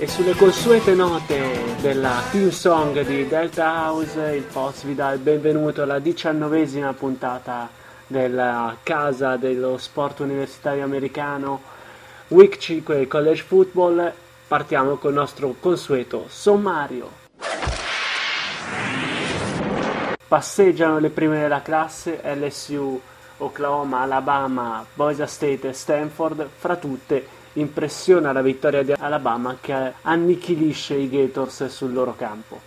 sulle consuete note della team song di Delta House, il Post vi dà il benvenuto alla 19ª puntata della casa dello sport universitario americano, Week 5 College Football. Partiamo col nostro consueto sommario. Passeggiano le prime della classe LSU, Oklahoma, Alabama, Boise State e Stanford. Fra tutte impressiona la vittoria di Alabama che annichilisce i Gators sul loro campo.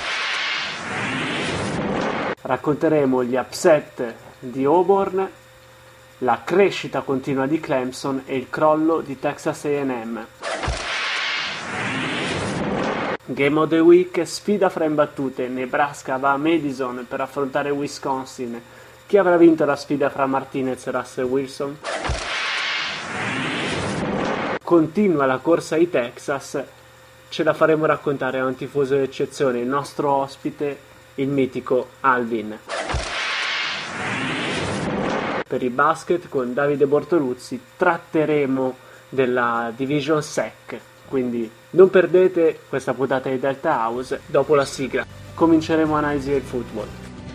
Racconteremo gli upset di Auburn, la crescita continua di Clemson e il crollo di Texas A&M. Game of the Week, sfida fra imbattute, Nebraska va a Madison per affrontare Wisconsin. Chi avrà vinto la sfida fra Martinez e Russell Wilson? Continua la corsa ai Texas, ce la faremo raccontare a un tifoso d'eccezione, il nostro ospite, il mitico Alvin. Per il basket con Davide Bortoluzzi tratteremo della Division SEC, quindi non perdete questa puntata di Delta House. Dopo la sigla cominceremo a analizzare il football.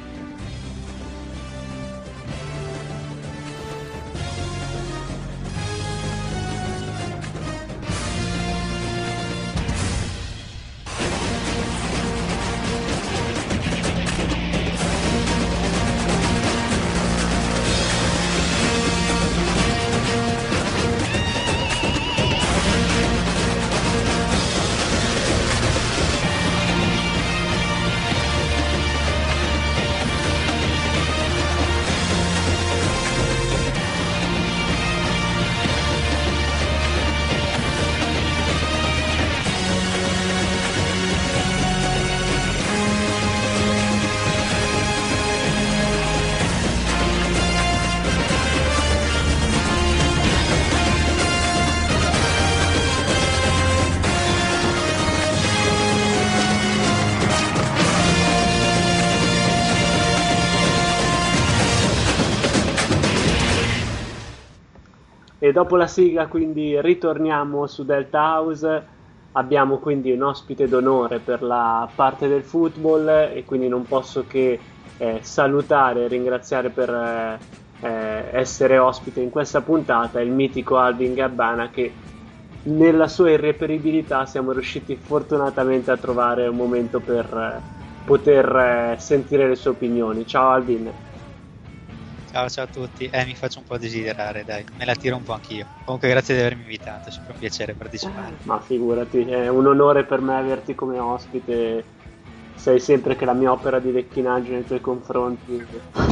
E dopo la sigla quindi ritorniamo su Delta House, abbiamo quindi un ospite d'onore per la parte del football e quindi non posso che salutare e ringraziare per essere ospite in questa puntata il mitico Alvin Gabbana, che nella sua irreperibilità siamo riusciti fortunatamente a trovare un momento per poter sentire le sue opinioni. Ciao Alvin. Ciao a tutti, mi faccio un po' desiderare, dai, me la tiro un po' anch'io. Comunque grazie di avermi invitato, è sempre un piacere partecipare. Ma figurati, è un onore per me averti come ospite, sai sempre che la mia opera di vecchinaggio nei tuoi confronti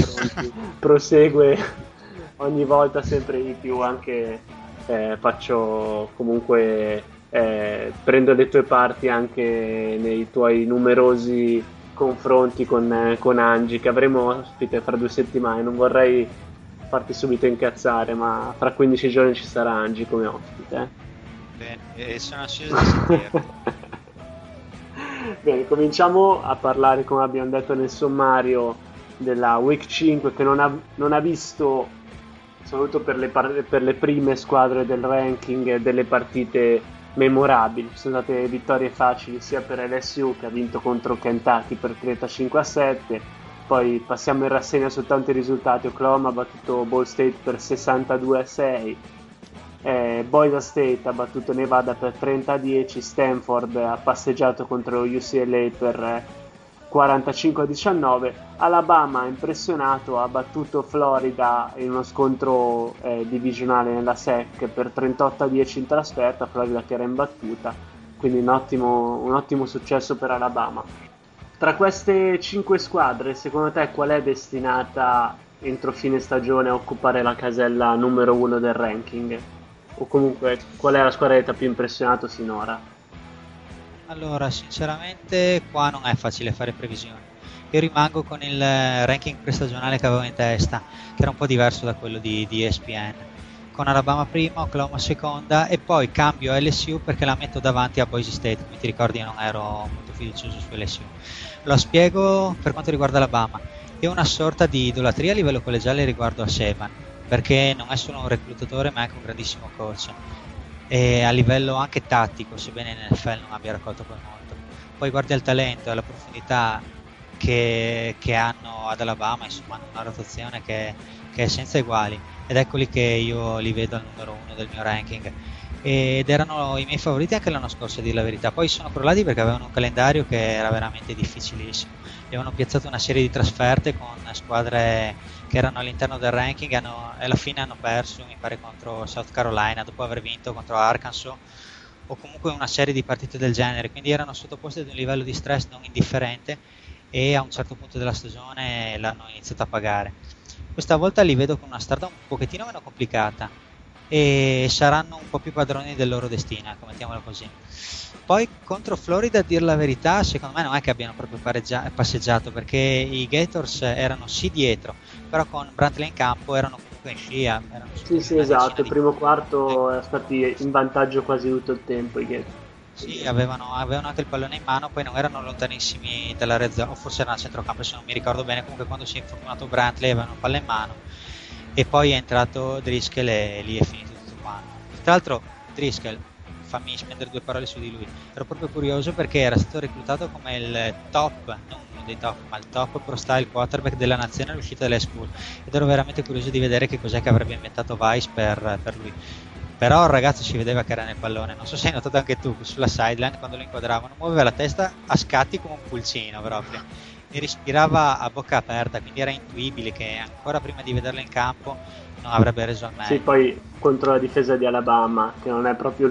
prosegue ogni volta sempre di più, anche faccio comunque, prendo le tue parti anche nei tuoi numerosi confronti con Angie, che avremo ospite fra 2 settimane. Non vorrei farti subito incazzare, ma fra 15 giorni ci sarà Angie come ospite. Bene, sono ansioso di sentire. Bene, cominciamo a parlare, come abbiamo detto nel sommario, della Week 5 che non ha visto, soprattutto per le prime squadre del ranking, delle partite memorabili. Ci sono state vittorie facili sia per LSU, che ha vinto contro Kentucky per 35-7. Poi passiamo in rassegna soltanto i risultati. Oklahoma ha battuto Ball State per 62-6, Boise State ha battuto Nevada per 30-10, Stanford ha passeggiato contro UCLA per 45-19, Alabama ha impressionato, ha battuto Florida in uno scontro divisionale nella SEC per 38-10 in trasferta, Florida che era imbattuta, quindi un ottimo successo per Alabama. Tra queste 5 squadre, secondo te qual è destinata entro fine stagione a occupare la casella numero 1 del ranking? O comunque qual è la squadra che ti ha più impressionato sinora? Allora, sinceramente qua non è facile fare previsioni. Io rimango con il ranking prestagionale che avevo in testa, che era un po' diverso da quello di ESPN, con Alabama prima, Oklahoma seconda e poi cambio a LSU perché la metto davanti a Boise State. Come ti ricordi, io non ero molto fiducioso su LSU. Lo spiego per quanto riguarda Alabama. È una sorta di idolatria a livello collegiale riguardo a Saban, perché non è solo un reclutatore ma è anche un grandissimo coach. e a livello anche tattico, sebbene nel NFL non abbia raccolto poi molto. Poi guardi al talento e alla profondità che hanno ad Alabama, insomma hanno una rotazione che è senza eguali, ed eccoli che io li vedo al numero uno del mio ranking, ed erano i miei favoriti anche l'anno scorso, a dire la verità. Poi sono crollati perché avevano un calendario che era veramente difficilissimo, e avevano piazzato una serie di trasferte con squadre che erano all'interno del ranking, e alla fine hanno perso, mi pare, contro South Carolina dopo aver vinto contro Arkansas, o comunque una serie di partite del genere, quindi erano sottoposti ad un livello di stress non indifferente, e a un certo punto della stagione l'hanno iniziato a pagare. Questa volta li vedo con una strada un pochettino meno complicata, e saranno un po' più padroni del loro destino, ecco, mettiamolo così. Poi contro Florida, a dir la verità, secondo me non è che abbiano proprio passeggiato, perché i Gators erano sì dietro, però con Brantley in campo erano comunque in scia, erano Sì, sì, una decina esatto, il di primo punti. quarto erano stati in vantaggio quasi tutto il tempo i Gat. Sì, avevano anche il pallone in mano, poi non erano lontanissimi dalla red zone, o forse erano a centrocampo, se non mi ricordo bene. Comunque quando si è infortunato Brantley avevano palla in mano, e poi è entrato Driscoll e lì è finito tutto quanto. Tra l'altro Driscoll, fammi spendere due parole su di lui, ero proprio curioso perché era stato reclutato come il top, non uno dei top, ma il top pro style quarterback della nazione all'uscita delle school, ed ero veramente curioso di vedere che cos'è che avrebbe inventato Vice per lui. Però il ragazzo si vedeva che era nel pallone, non so se hai notato anche tu, sulla sideline quando lo inquadravano muoveva la testa a scatti come un pulcino proprio, e respirava a bocca aperta, quindi era intuibile che ancora prima di vederlo in campo non avrebbe reso al Sì, meglio. poi contro la difesa di Alabama, che non è proprio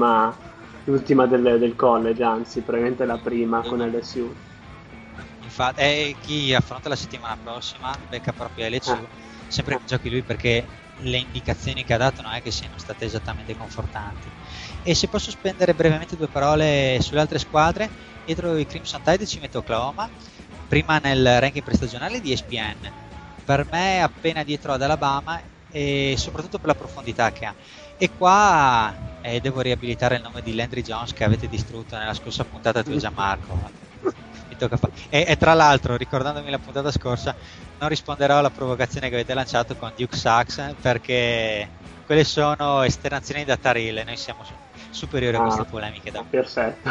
l'ultima del college, anzi, probabilmente la prima con LSU. Infatti, chi affronta la settimana prossima becca proprio Eh, LSU, sempre che giochi lui, perché le indicazioni che ha dato non è che siano state esattamente confortanti. E se posso spendere brevemente due parole sulle altre squadre, dietro i Crimson Tide ci metto Oklahoma, prima nel ranking prestagionale di ESPN, per me appena dietro ad Alabama, e soprattutto per la profondità che ha. E qua devo riabilitare il nome di Landry Jones, che avete distrutto nella scorsa puntata tu e Gianmarco. Mi tocca e tra l'altro, ricordandomi la puntata scorsa, non risponderò alla provocazione che avete lanciato con Duke Sax, perché quelle sono esternazioni da Tarille, noi siamo superiori a queste ah, polemiche da... perfetto.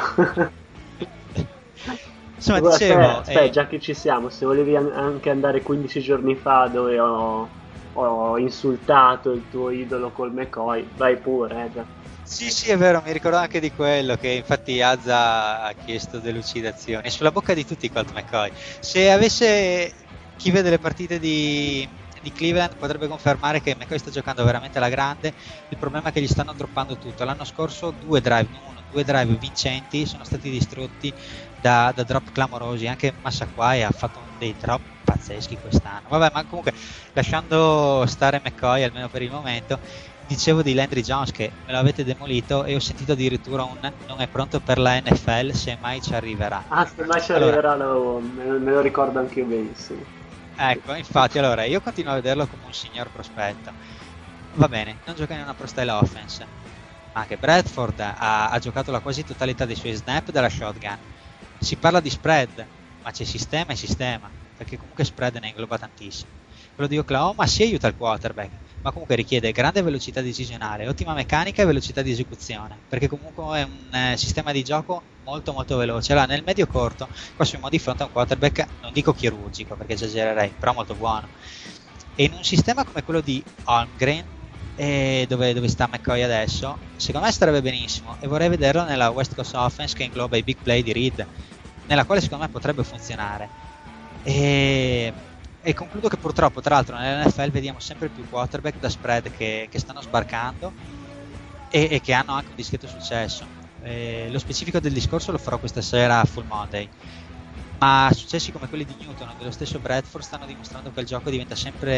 Insomma, Guarda, dicevo, già che ci siamo, se volevi anche andare 15 giorni fa dove ho insultato il tuo idolo col McCoy, vai pure, già. sì, sì, è vero, mi ricordo anche di quello, che infatti Azza ha chiesto delucidazioni. È sulla bocca di tutti Colt McCoy. Se avesse chi vede le partite di Cleveland potrebbe confermare che McCoy sta giocando veramente alla grande. Il problema è che gli stanno droppando tutto. L'anno scorso due drive vincenti sono stati distrutti da drop clamorosi. Anche Massaquai ha fatto dei drop pazzeschi quest'anno. Vabbè, ma comunque, lasciando stare McCoy almeno per il momento, dicevo di Landry Jones, che me l'avete demolito, e ho sentito addirittura un non è pronto per la NFL, se mai ci arriverà. Ah, se mai ci Allora, arriverà, me lo ricordo anche io benissimo. ecco, infatti, allora io continuo a vederlo come un signor prospetto. Va bene, non gioca in una pro style offense, ma anche Bradford ha giocato la quasi totalità dei suoi snap dalla shotgun. Si parla di spread, ma c'è sistema e sistema, perché comunque spread ne ingloba tantissimo. Quello di Oklahoma si aiuta il quarterback, ma comunque richiede grande velocità decisionale, ottima meccanica e velocità di esecuzione, perché comunque è un sistema di gioco molto molto veloce. Allora, nel medio corto, qua siamo di fronte a un quarterback, non dico chirurgico perché esagererei, però molto buono. E in un sistema come quello di Holmgren, dove sta McCoy adesso, secondo me starebbe benissimo, e vorrei vederlo nella West Coast Offense, che ingloba i big play di Reed, nella quale secondo me potrebbe funzionare. E, e concludo che purtroppo, tra l'altro, nell'NFL vediamo sempre più quarterback da spread che stanno sbarcando, e che hanno anche un discreto successo. Lo specifico del discorso lo farò questa sera a Full Monday, ma successi come quelli di Newton o dello stesso Bradford stanno dimostrando che il gioco diventa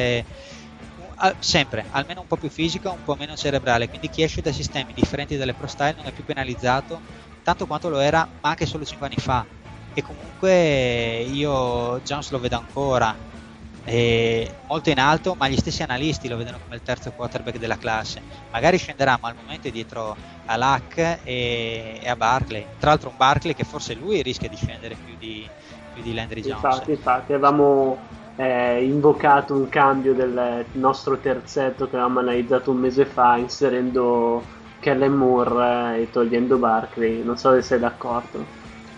sempre almeno un po' più fisico, un po' meno cerebrale, quindi chi esce da sistemi differenti dalle pro style non è più penalizzato tanto quanto lo era, ma anche solo 5 anni fa. E comunque io Jones lo vedo ancora molto in alto, ma gli stessi analisti lo vedono come il terzo quarterback della classe. Magari scenderà, ma al momento è dietro a Luck e a Barkley. Tra l'altro un Barkley che forse lui rischia di scendere più di Landry Jones. Infatti, avevamo invocato un cambio del nostro terzetto che avevamo analizzato un mese fa, inserendo Kellen Moore e togliendo Barkley, non so se sei d'accordo.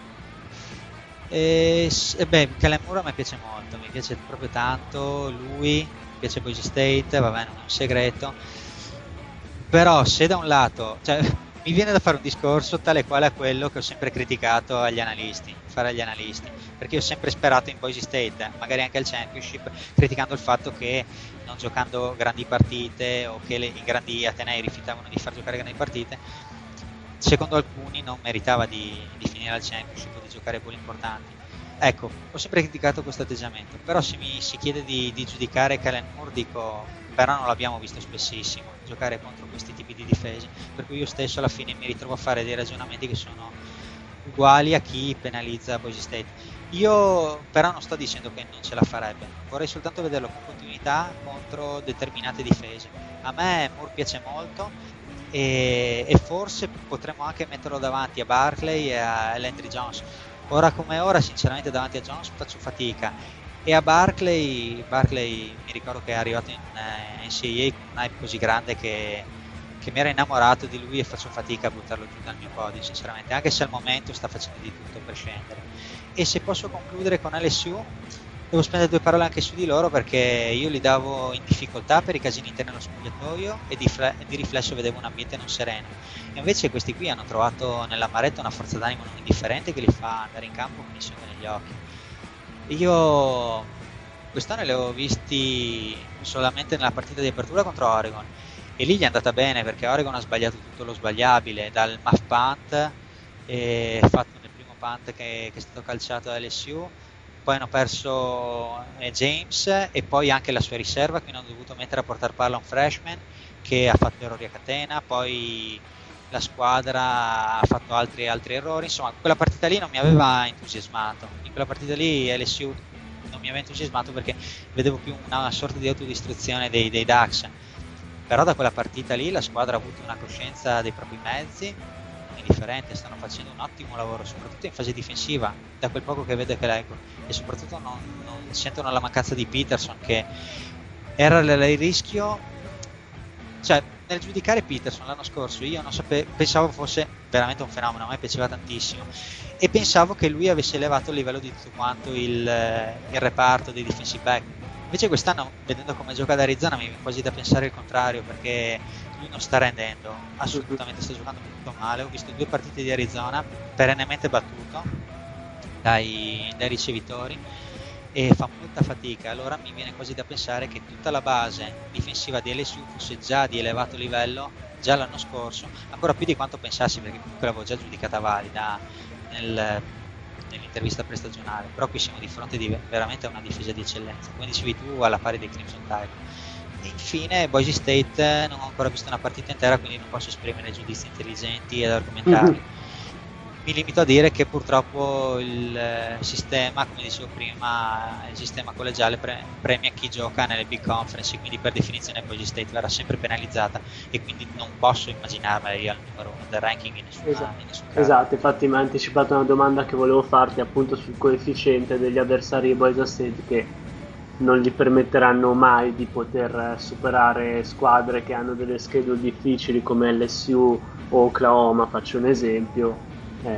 Kellen Moore a me piace molto, mi piace proprio tanto, lui, mi piace Boise State, vabbè, non è un segreto, però se da un lato, cioè, mi viene da fare un discorso tale quale a quello che ho sempre criticato agli analisti, fare agli analisti, perché ho sempre sperato in Boise State, magari anche al championship, criticando il fatto che non giocando grandi partite o che i grandi atenei rifiutavano di far giocare grandi partite, secondo alcuni non meritava di finire al championship o di giocare ball importanti. Ecco, ho sempre criticato questo atteggiamento, però se mi si chiede di giudicare Kellen Moore dico, però non l'abbiamo visto spessissimo giocare contro questi tipi di difese, per cui io stesso alla fine mi ritrovo a fare dei ragionamenti che sono uguali a chi penalizza Boise State. Io però non sto dicendo che non ce la farebbe, vorrei soltanto vederlo con continuità contro determinate difese. A me Moore piace molto e forse potremmo anche metterlo davanti a Barkley e a Landry Jones. Ora come ora, sinceramente, davanti a Jones faccio fatica. E a Barkley mi ricordo che è arrivato in NCAA con un hype così grande che mi era innamorato di lui e faccio fatica a buttarlo giù dal mio podio, sinceramente, anche se al momento sta facendo di tutto per scendere. E se posso concludere con LSU, devo spendere due parole anche su di loro perché io li davo in difficoltà per i casini interni allo spogliatoio e di riflesso vedevo un ambiente non sereno. E invece questi qui hanno trovato nell'amaretto una forza d'animo non indifferente che li fa andare in campo con il sole negli occhi. Io quest'anno li avevo visti solamente nella partita di apertura contro Oregon e lì gli è andata bene perché Oregon ha sbagliato tutto lo sbagliabile, dal muff punt fatto nel primo punt che è stato calciato da LSU, poi hanno perso James e poi anche la sua riserva, quindi hanno dovuto mettere a portare palla un freshman che ha fatto errori a catena, poi la squadra ha fatto altri errori, insomma quella partita lì non mi aveva entusiasmato, in quella partita lì LSU non mi aveva entusiasmato perché vedevo più una sorta di autodistruzione dei Ducks, però da quella partita lì la squadra ha avuto una coscienza dei propri mezzi non indifferente, stanno facendo un ottimo lavoro soprattutto in fase difensiva, da quel poco che vedo e che leggo, e soprattutto non sentono la mancanza di Peterson che era il rischio, cioè nel giudicare Peterson l'anno scorso io non pensavo fosse veramente un fenomeno, a me piaceva tantissimo e pensavo che lui avesse elevato il livello di tutto quanto il reparto dei defensive back. Invece quest'anno, vedendo come gioca ad Arizona, mi viene quasi da pensare il contrario, perché lui non sta rendendo, assolutamente sta giocando molto male. Ho visto 2 partite di Arizona, perennemente battuto dai ricevitori e fa molta fatica, allora mi viene quasi da pensare che tutta la base difensiva di LSU fosse già di elevato livello già l'anno scorso, ancora più di quanto pensassi, perché comunque l'avevo già giudicata valida nell'intervista prestagionale, però qui siamo di fronte veramente a una difesa di eccellenza, come dicevi tu, alla pari dei Crimson Tide. E infine Boise State non ho ancora visto una partita intera, quindi non posso esprimere giudizi intelligenti ed argomentali. Mi limito a dire che purtroppo il sistema, come dicevo prima, il sistema collegiale premia chi gioca nelle big conference, quindi per definizione Boise State verrà sempre penalizzata e quindi non posso immaginarmela io al numero 1 del ranking in nessun caso. Esatto, infatti mi ha anticipato una domanda che volevo farti appunto sul coefficiente degli avversari di Boise State che non gli permetteranno mai di poter superare squadre che hanno delle schedule difficili come LSU o Oklahoma, faccio un esempio.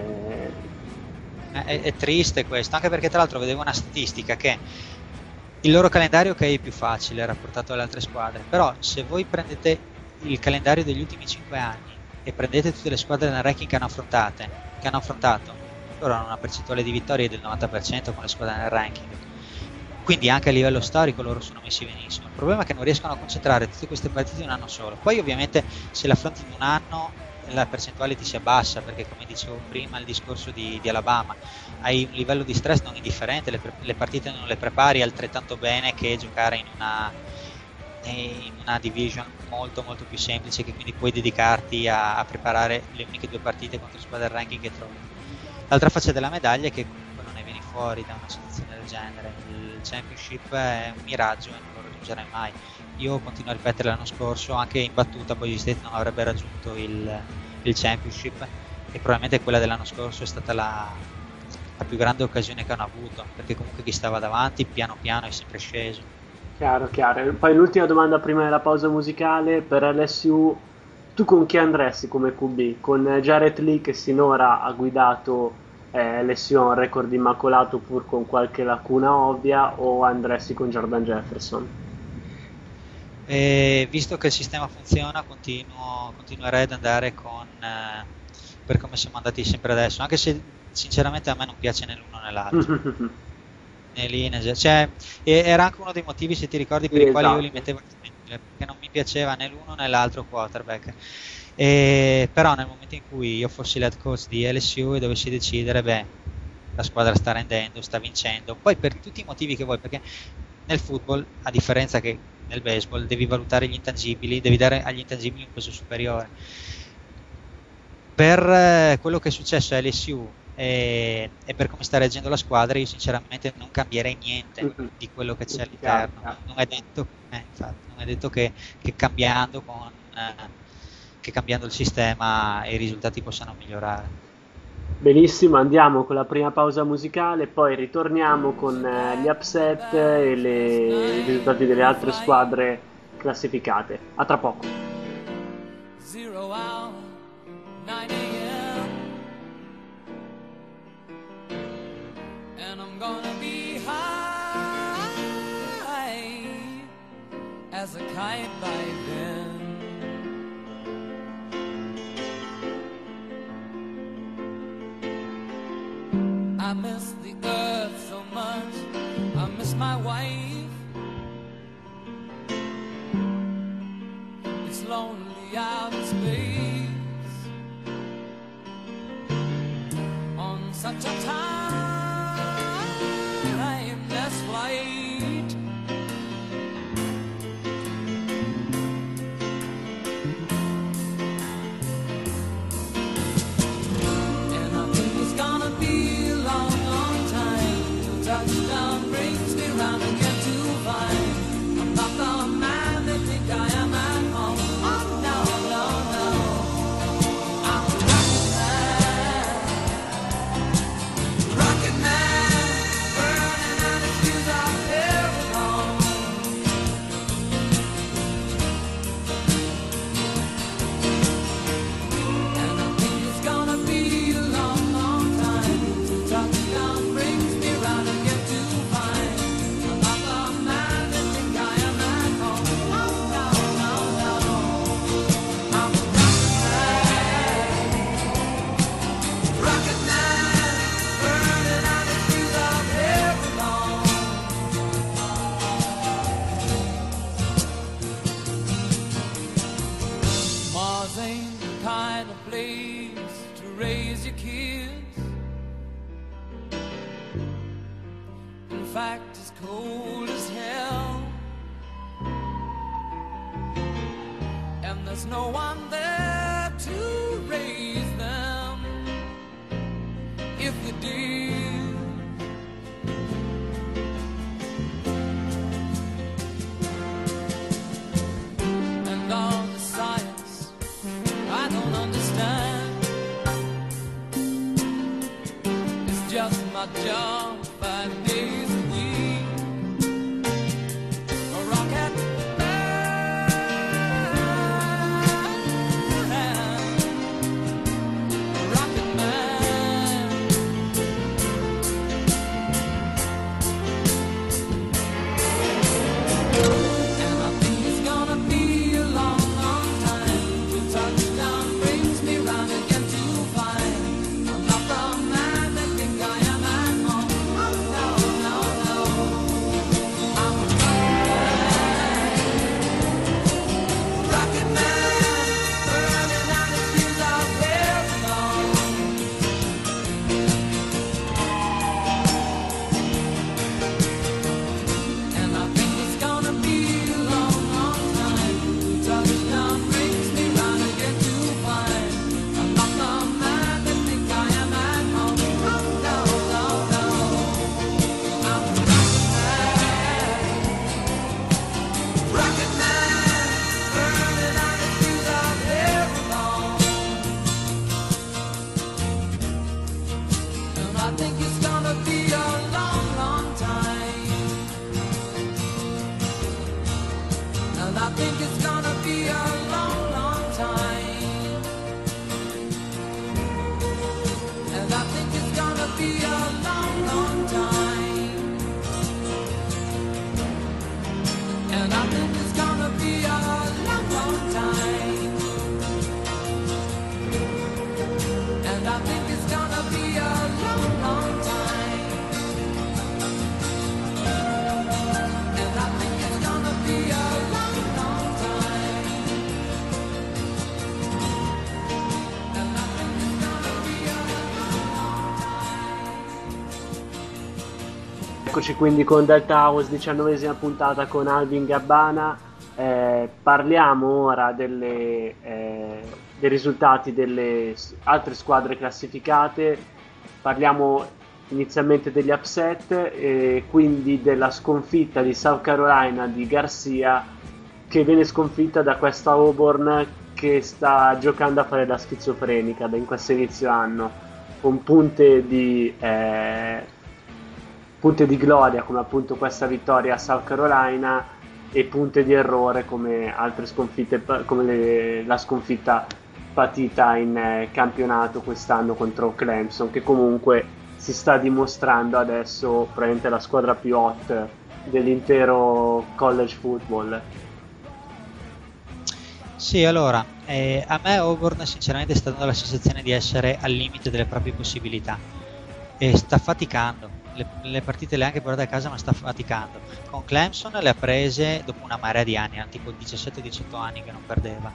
È triste questo, anche perché tra l'altro vedevo una statistica che il loro calendario è più facile rapportato alle altre squadre, però se voi prendete il calendario degli ultimi 5 anni e prendete tutte le squadre nel ranking che hanno affrontato, loro hanno una percentuale di vittorie del 90% con le squadre nel ranking, quindi anche a livello storico loro sono messi benissimo. Il problema è che non riescono a concentrare tutte queste partite in un anno solo, poi ovviamente se le affronti in un anno la percentuale ti si abbassa, perché come dicevo prima il discorso di Alabama, hai un livello di stress non indifferente, le partite non le prepari altrettanto bene che giocare in una division molto molto più semplice, che quindi puoi dedicarti a preparare le uniche 2 partite contro squadre del ranking che trovi. L'altra faccia della medaglia è che comunque non ne vieni fuori da una situazione del genere, il championship è un miraggio e non lo raggiungerai mai. Io continuo a ripetere l'anno scorso, anche in battuta Boise State non avrebbe raggiunto il championship e probabilmente quella dell'anno scorso è stata la più grande occasione che hanno avuto, perché comunque chi stava davanti piano piano è sempre sceso. Chiaro. Poi l'ultima domanda prima della pausa musicale, per LSU Tu con chi andresti come QB? Con Jared Lee che sinora ha guidato LSU a un record immacolato pur con qualche lacuna ovvia, o andresti con Jordan Jefferson? E visto che il sistema funziona, continuerei ad andare per come siamo andati sempre adesso, anche se sinceramente a me non piace né l'uno né l'altro, né lì né già. Cioè, era anche uno dei motivi, se ti ricordi, per Sì, i quali io li esatto. mettevo disponibili, perché non mi piaceva né l'uno né l'altro quarterback. Però nel momento in cui io fossi l'head coach di LSU e dovessi decidere, beh, la squadra sta rendendo, sta vincendo, poi per tutti i motivi che vuoi, perché nel football, a differenza che nel baseball, devi valutare gli intangibili, devi dare agli intangibili un peso superiore. Per quello che è successo a LSU e per come sta reagendo la squadra, io sinceramente non cambierei niente di quello che c'è Chiaro, all'interno. chiaro. Non è detto, infatti, non è detto che cambiando che cambiando il sistema i risultati possano migliorare. Benissimo, andiamo con la prima pausa musicale, poi ritorniamo con gli upset e i risultati delle altre squadre classificate. A tra poco. 0 hour, 9 a.m. And I'm gonna be high as a kite by then. I miss the earth so much, I miss my wife. It's lonely out in space on such a timeless flight. And I think it's gonna be a long, long time till touchdown brings me round again to find I'm not the man they think I am at home. Oh no, no, no, I'm a rocket man, burning out the fuse I've ever known. And I think it's gonna be a long, long time till touchdown brings me round again to find I'm not the man they think I am at home. Oh no, no, no, I'm a rocket man, burning out the fuse I've ever known. Mars ain't the kind of place to raise your kids. In fact, it's cold as hell. And there's no one there to raise them. If you did, and all the science I don't understand, it's just my job 5 days a week. A rocket man, a rocket man. And I think it's gonna be a long, long time till touchdown brings me round again to find I'm not the man they think I am at home. Oh no, no, no, I'm a rocket man, burning out the fuse I've ever known. And I think it's gonna be a long, long time till touchdown brings me round again to find I'm not the man they think I am at home. Oh no, no, no, I'm a rocket man, burning out the fuse I've ever known. And I think it's gonna be a long, long time. And I think it's gonna be a long, long time. Eccoci quindi con Delta House, 19esima puntata con Alvin Gabbana. Parliamo ora dei risultati delle altre squadre classificate. Parliamo inizialmente degli upset e quindi della sconfitta di South Carolina di Garcia, che viene sconfitta da questa Auburn che sta giocando a fare da schizofrenica in questo inizio anno, con punte di gloria come appunto questa vittoria a South Carolina e punte di errore come altre sconfitte, come la sconfitta patita in campionato quest'anno contro Clemson, che comunque si sta dimostrando adesso probabilmente la squadra più hot dell'intero college football. Sì, allora, a me Auburn sinceramente sta dando la sensazione di essere al limite delle proprie possibilità e sta faticando. Le partite le ha anche portate a casa, ma sta faticando. Con Clemson le ha prese dopo una marea di anni, erano tipo 17-18 anni che non perdeva.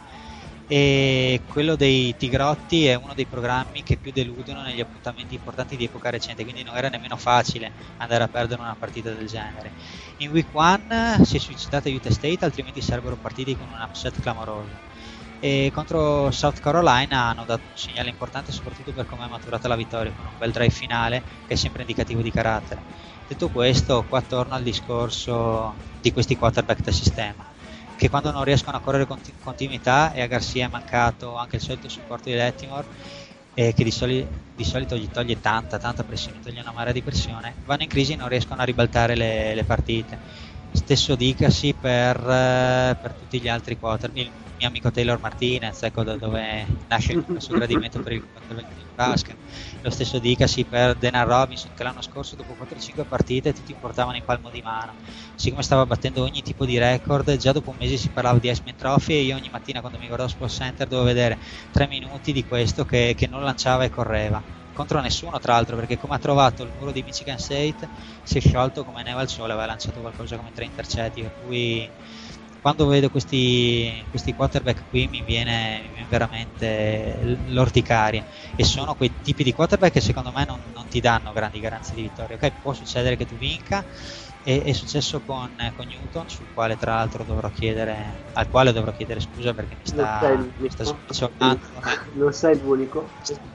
E quello dei Tigrotti è uno dei programmi che più deludono negli appuntamenti importanti di epoca recente, quindi non era nemmeno facile andare a perdere una partita del genere. In week 1 si è suicidata Utah State, altrimenti sarebbero partiti con un upset clamoroso. E contro South Carolina hanno dato un segnale importante soprattutto per come è maturata la vittoria, con un bel drive finale che è sempre indicativo di carattere. Detto questo, qua torno al discorso di questi quarterback da sistema, che quando non riescono a correre continuità, e a Garcia è mancato anche il solito supporto di Latimore, che di solito gli toglie tanta pressione, toglie una marea di pressione, vanno in crisi e non riescono a ribaltare le partite. Stesso dicasi per tutti gli altri quarterback. Il mio amico Taylor Martinez, ecco da dove nasce il suo gradimento per il quarterback di Nebraska. Lo stesso dicasi per Denard Robinson, che l'anno scorso dopo 4-5 partite tutti portavano in palmo di mano, siccome stava battendo ogni tipo di record. Già dopo un mese si parlava di Heisman Trophy e io ogni mattina quando mi guardavo Sports Center dovevo vedere 3 minuti di questo che non lanciava e correva contro nessuno, tra l'altro, perché come ha trovato il muro di Michigan State si è sciolto come neve al sole, aveva lanciato qualcosa come 3 intercetti, per cui quando vedo questi quarterback qui mi viene veramente l'orticaria, e sono quei tipi di quarterback che secondo me non ti danno grandi garanzie di vittoria. Ok, può succedere che tu vinca, e è successo con Newton, al quale dovrò chiedere scusa perché mi sta sbriciolando. Non sei l'unico.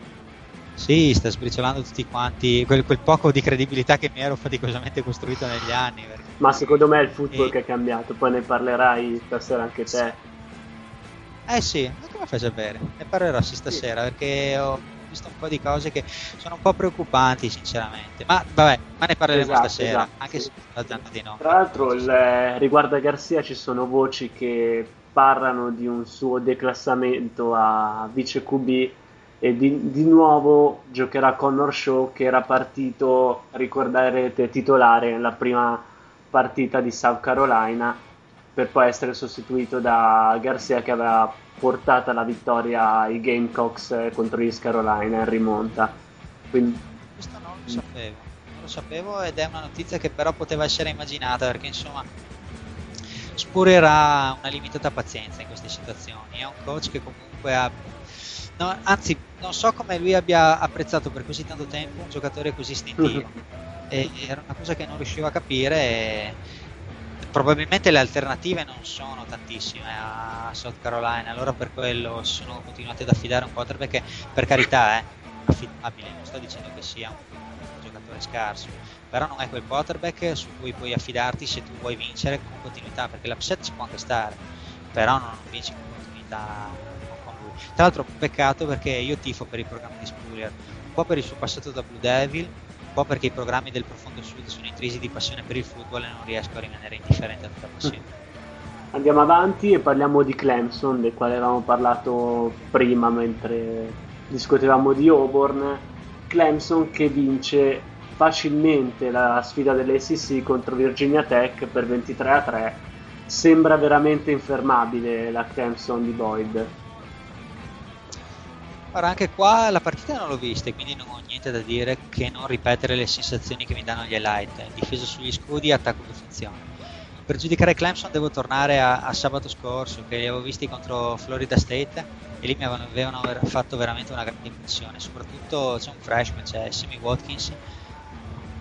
Sì, sta sbriciolando tutti quanti quel poco di credibilità che mi ero faticosamente costruito negli anni. Ma secondo me è il football che è cambiato, poi ne parlerai stasera anche te. Sì, ma come fai a sapere? Ne parlerò stasera, perché ho visto un po' di cose che sono un po' preoccupanti sinceramente, ma vabbè, ne parleremo stasera, esatto, anche se sto dando di no. Tra l'altro riguardo a Garcia ci sono voci che parlano di un suo declassamento a vice QB, e di nuovo giocherà Connor Shaw, che era partito, ricorderete, titolare nella prima partita di South Carolina, per poi essere sostituito da Garcia, che aveva portato alla vittoria ai Gamecocks contro East Carolina in rimonta. Quindi questo non lo sapevo ed è una notizia che però poteva essere immaginata, perché insomma Spurrier una limitata pazienza in queste situazioni, è un coach che comunque anzi non so come lui abbia apprezzato per così tanto tempo un giocatore così istintivo. E era una cosa che non riuscivo a capire, e probabilmente le alternative non sono tantissime a South Carolina, allora per quello sono continuati ad affidare un quarterback che, per carità, è affidabile, non sto dicendo che sia un giocatore scarso, però non è quel quarterback su cui puoi affidarti se tu vuoi vincere con continuità, perché l'upset ci può anche stare, però non vinci con continuità. Tra l'altro peccato, perché io tifo per i programmi di Spurrier, un po' per il suo passato da Blue Devil, un po' perché i programmi del profondo sud sono intrisi di passione per il football e non riesco a rimanere indifferente a tutta passione. Andiamo avanti e parliamo di Clemson, del quale avevamo parlato prima mentre discutevamo di Auburn. Clemson che vince facilmente la sfida dell'ACC contro Virginia Tech per 23-3. Sembra veramente infermabile la Clemson di Boyd. Ora, anche qua la partita non l'ho vista, quindi non ho niente da dire che non ripetere le sensazioni che mi danno gli highlight: difesa sugli scudi, attacco che funziona. Per giudicare Clemson devo tornare a sabato scorso, che li avevo visti contro Florida State, e lì mi avevano fatto veramente una grande impressione. Soprattutto c'è un freshman, c'è Sammy Watkins,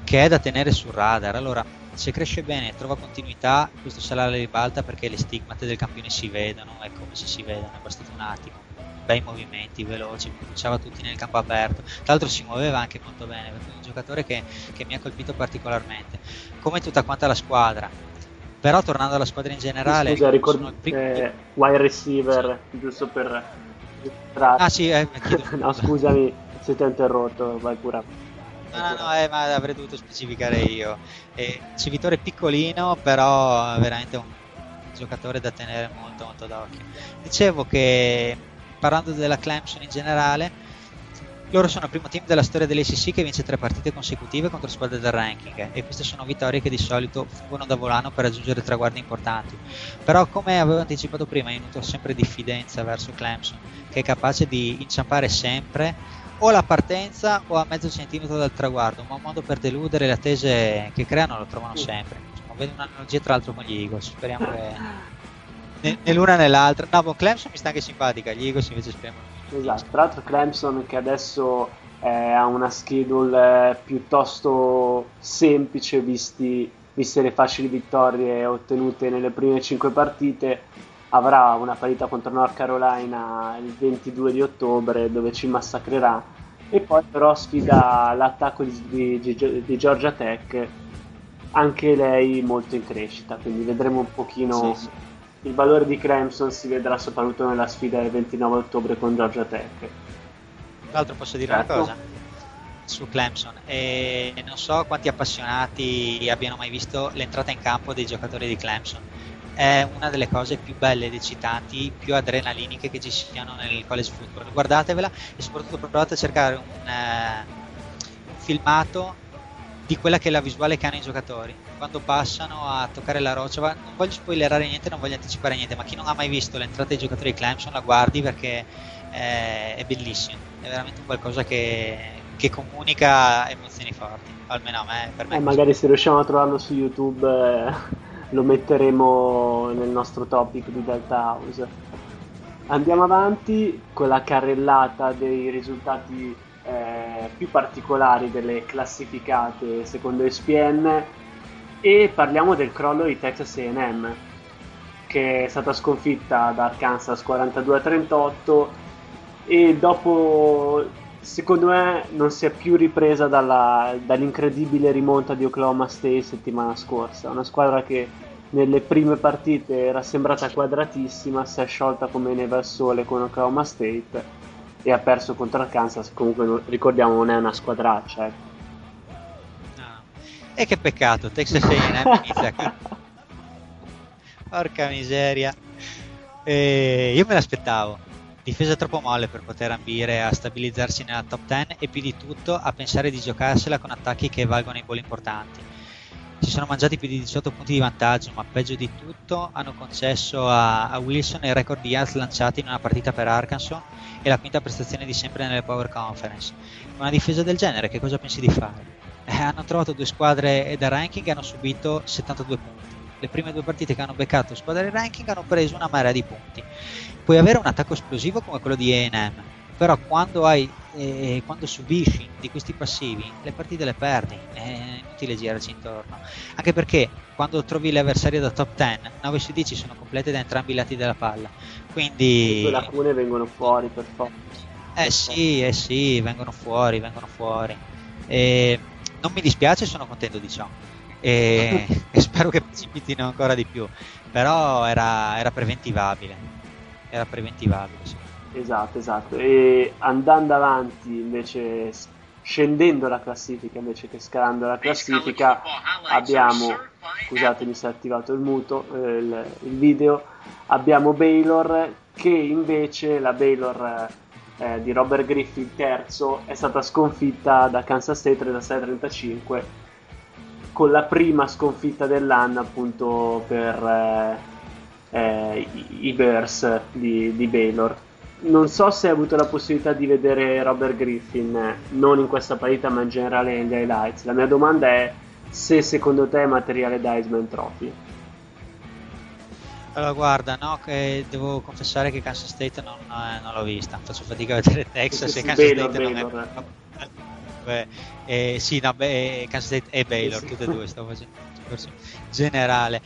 che è da tenere sul radar. Allora, se cresce bene e trova continuità, questo sarà alla ribalta, perché le stigmate del campione si vedono, è come se si vedono, è bastato un attimo, bei movimenti veloci, cominciava tutti nel campo aperto, tra l'altro si muoveva anche molto bene, perché è un giocatore che mi ha colpito particolarmente, come tutta quanta la squadra. Però tornando alla squadra in generale, Scusa, sono il primo... wide receiver, giusto per... Ah sì, chiedo No, scusa. scusami se ti ho interrotto, vai pure. No, ma avrei dovuto specificare io. Civitore piccolino, però veramente un giocatore da tenere molto molto d'occhio. Dicevo che, parlando della Clemson in generale, loro sono il primo team della storia dell'ACC che vince 3 partite consecutive contro squadre del ranking, e queste sono vittorie che di solito fungono da volano per raggiungere traguardi importanti. Però, come avevo anticipato prima, io nutro sempre diffidenza verso Clemson, che è capace di inciampare sempre o la partenza o a mezzo centimetro dal traguardo, ma un modo per deludere le attese che creano lo trovano sempre. Insomma, vedo un'analogia tra l'altro con gli Eagles, speriamo che né l'una né l'altra. No, Clemson mi sta anche simpatica, gli Eagles invece speriamo. Esatto, tra l'altro Clemson che adesso ha una schedule piuttosto semplice, viste le facili vittorie ottenute nelle prime 5 partite, avrà una partita contro North Carolina il 22 di ottobre dove ci massacrerà, e poi però sfida l'attacco di Georgia Tech, anche lei molto in crescita, quindi vedremo un pochino. Sì. Il valore di Clemson si vedrà soprattutto nella sfida del 29 ottobre con Georgia Tech. Tra l'altro posso dire Certo. una cosa su Clemson, e non so quanti appassionati abbiano mai visto l'entrata in campo dei giocatori di Clemson. È una delle cose più belle ed eccitanti, più adrenaliniche che ci siano nel college football. Guardatevela e soprattutto provate a cercare un filmato di quella che è la visuale che hanno i giocatori quando passano a toccare la roccia. Non voglio spoilerare niente, non voglio anticipare niente, ma chi non ha mai visto l'entrata dei giocatori di Clemson la guardi, perché è bellissimo, è veramente qualcosa che comunica emozioni forti, almeno a me, per me. Magari se riusciamo a trovarlo su YouTube lo metteremo nel nostro topic di Delta House. Andiamo avanti con la carrellata dei risultati più particolari delle classificate secondo ESPN, e parliamo del crollo di Texas A&M, che è stata sconfitta da Arkansas 42-38, e dopo, secondo me, non si è più ripresa dall'incredibile rimonta di Oklahoma State settimana scorsa. Una squadra che nelle prime partite era sembrata quadratissima, si è sciolta come neve al sole con Oklahoma State e ha perso contro Arkansas. Comunque ricordiamo, non è una squadraccia, ecco. No. E che peccato, Texas A&M inizia a porca miseria. Io me l'aspettavo, difesa troppo molle per poter ambire a stabilizzarsi nella top 10, e più di tutto a pensare di giocarsela con attacchi che valgono i ball importanti. Si sono mangiati più di 18 punti di vantaggio, ma peggio di tutto hanno concesso a Wilson il record di yards lanciati in una partita per Arkansas e la quinta prestazione di sempre nelle Power Conference. Con una difesa del genere che cosa pensi di fare? Hanno trovato 2 squadre da ranking e hanno subito 72 punti. Le prime 2 partite che hanno beccato squadre di ranking hanno preso una marea di punti. Puoi avere un attacco esplosivo come quello di A&M, però quando subisci di questi passivi le partite le perdi, è inutile girarci intorno, anche perché quando trovi le avversarie da top 10 9 su 10 sono complete da entrambi i lati della palla, quindi le lacune vengono fuori per forza. sì, vengono fuori, e non mi dispiace, sono contento di ciò, e spero che precipitino ancora di più, però era preventivabile, sì. Esatto. E andando avanti, invece, scendendo la classifica invece che scalando la classifica, abbiamo, scusatemi se è attivato il muto, il video, abbiamo Baylor, che invece la Baylor di Robert Griffin terzo è stata sconfitta da Kansas State 36-35, con la prima sconfitta dell'anno appunto per i Bears di Baylor. Non so se hai avuto la possibilità di vedere Robert Griffin, non in questa partita ma in generale negli highlights. La mia domanda è se secondo te è materiale da Heisman Trophy. Allora guarda, no, che devo confessare che Kansas State non l'ho vista, faccio fatica a vedere Texas e Kansas State non è... comunque sì, no, Kansas State e Baylor, tutte e due, stavo facendo un discorso generale.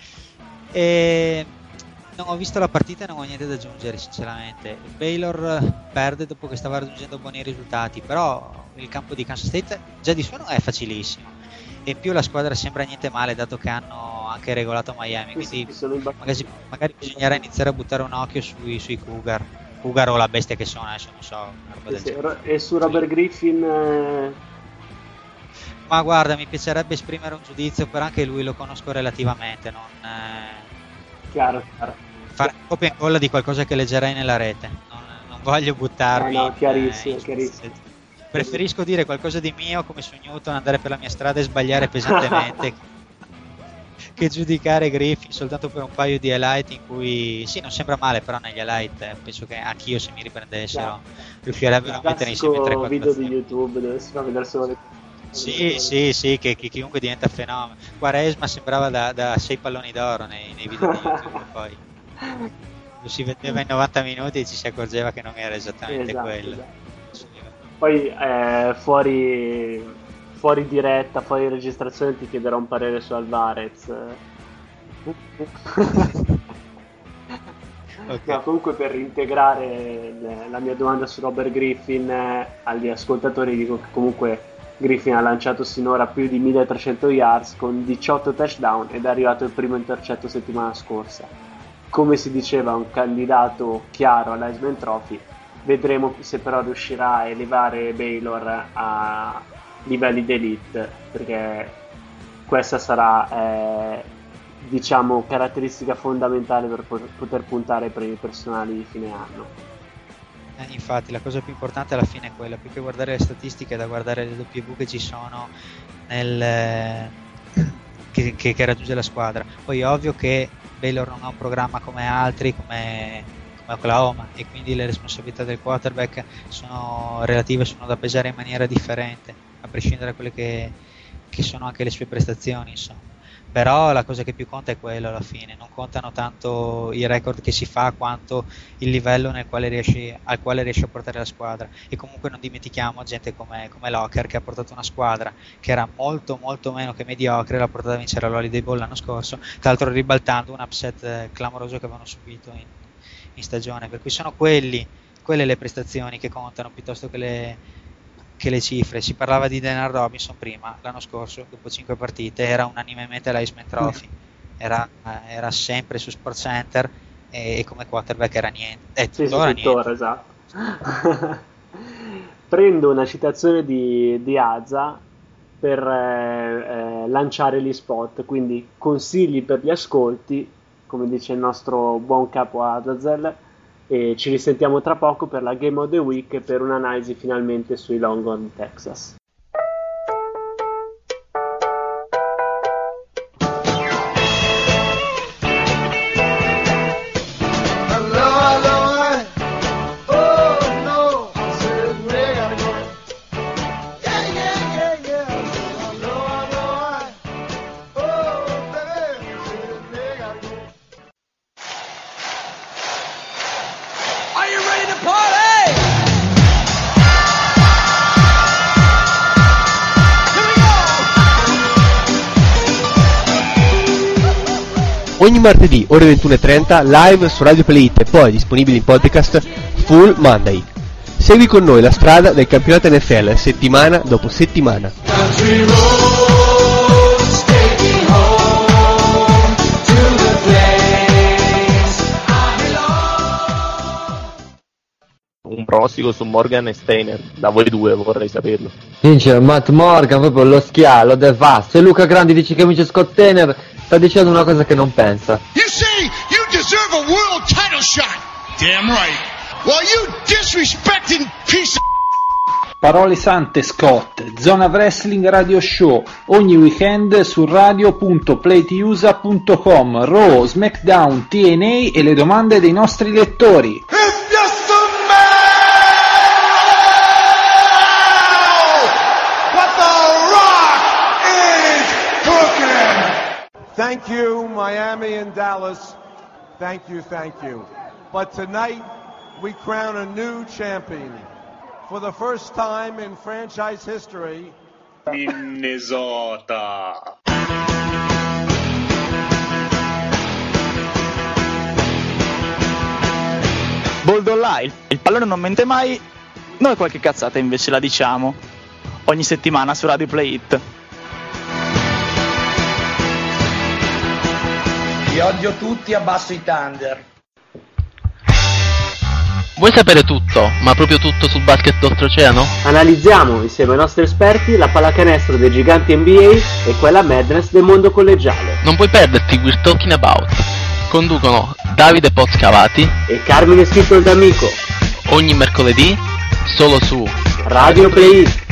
Non ho visto la partita e non ho niente da aggiungere sinceramente. Baylor perde dopo che stava raggiungendo buoni risultati, però il campo di Kansas State già di suono è facilissimo, e in più la squadra sembra niente male dato che hanno anche regolato Miami, quindi magari bisognerà iniziare a buttare un occhio sui Cougar o la bestia che sono, adesso non so, una roba del genere. E su Robert Griffin ma guarda, mi piacerebbe esprimere un giudizio, però anche lui lo conosco relativamente, non chiaro. fare copia e incolla di qualcosa che leggerei nella rete, non voglio buttarmi no, chiarissimo. Preferisco dire qualcosa di mio come su Newton, andare per la mia strada e sbagliare pesantemente che giudicare Griffin soltanto per un paio di highlight in cui sì, non sembra male, però negli highlight penso che anch'io, se mi riprendessero, riuscirebbero a mettere insieme 3-4 video di YouTube dove si fa vedere solo le... Sì, che chiunque diventa fenomeno. Quaresma sembrava da 6 palloni d'oro nei video di YouTube, poi lo si vedeva in 90 minuti e ci si accorgeva che non era esattamente quello. Poi fuori diretta, fuori registrazione ti chiederò un parere su Alvarez. Okay. No, comunque, per integrare la mia domanda su Robert Griffin agli ascoltatori, dico che comunque Griffin ha lanciato sinora più di 1300 yards con 18 touchdown ed è arrivato il primo intercetto settimana scorsa. Come si diceva, un candidato chiaro all'Heisman Trophy. Vedremo se però riuscirà a elevare Baylor a livelli d'elite, perché questa sarà diciamo caratteristica fondamentale per poter puntare ai premi personali di fine anno. Infatti la cosa più importante alla fine è quella, più che guardare le statistiche, è da guardare le W che ci sono che raggiunge la squadra. Poi è ovvio che Baylor non ha un programma come altri, come Oklahoma, e quindi le responsabilità del quarterback sono relative, sono da pesare in maniera differente, a prescindere da quelle che sono anche le sue prestazioni, insomma. Però la cosa che più conta è quello alla fine, non contano tanto i record che si fa quanto il livello al quale riesci a portare la squadra. E comunque non dimentichiamo gente come Locker, che ha portato una squadra che era molto molto meno che mediocre, l'ha portata a vincere l'Holiday Bowl l'anno scorso, tra l'altro ribaltando un upset clamoroso che avevano subito in stagione, per cui sono quelle le prestazioni che contano piuttosto che le cifre. Si parlava di Denard Robinson prima, l'anno scorso dopo 5 partite era unanimemente l'Heisman Trophy, era sempre su SportsCenter e come quarterback era niente, è tuttora niente. Esatto. Prendo una citazione di Azza per lanciare gli spot, quindi consigli per gli ascolti, come dice il nostro buon capo Azazel, e ci risentiamo tra poco per la Game of the Week e per un'analisi finalmente sui Longhorn di Texas. Ogni martedì ore 21:30 live su Radio Play It e poi disponibili in podcast Full Monday. Segui con noi la strada del campionato NFL settimana dopo settimana. Un pronostico su Morgan e Steiner, da voi due vorrei saperlo. Vince Matt Morgan, proprio lo schiallo, devasto. E Luca Grandi dice che vince Scott Steiner, sta dicendo una cosa che non pensa. You say you deserve a world title shot. Damn right. Well, you disrespecting piece of... Parole sante Scott, Zona Wrestling Radio Show, ogni weekend su radio.playtiusa.com, Raw, SmackDown, TNA e le domande dei nostri lettori. Thank you, Miami and Dallas. Thank you. But tonight, we crown a new champion. for the first time in franchise history, Minnesota. Boldo là, il pallone non mente mai, noi qualche cazzata invece la diciamo ogni settimana su Radio Play It. Vi odio tutti, abbasso i Thunder. Vuoi sapere tutto, ma proprio tutto sul basket d'oltreoceano? Analizziamo insieme ai nostri esperti la pallacanestro dei giganti NBA e quella Madness del mondo collegiale. Non puoi perderti We're Talking About. Conducono Davide Pozcavati e Carmine Scritto d'Amico. Ogni mercoledì solo su Radio Play It.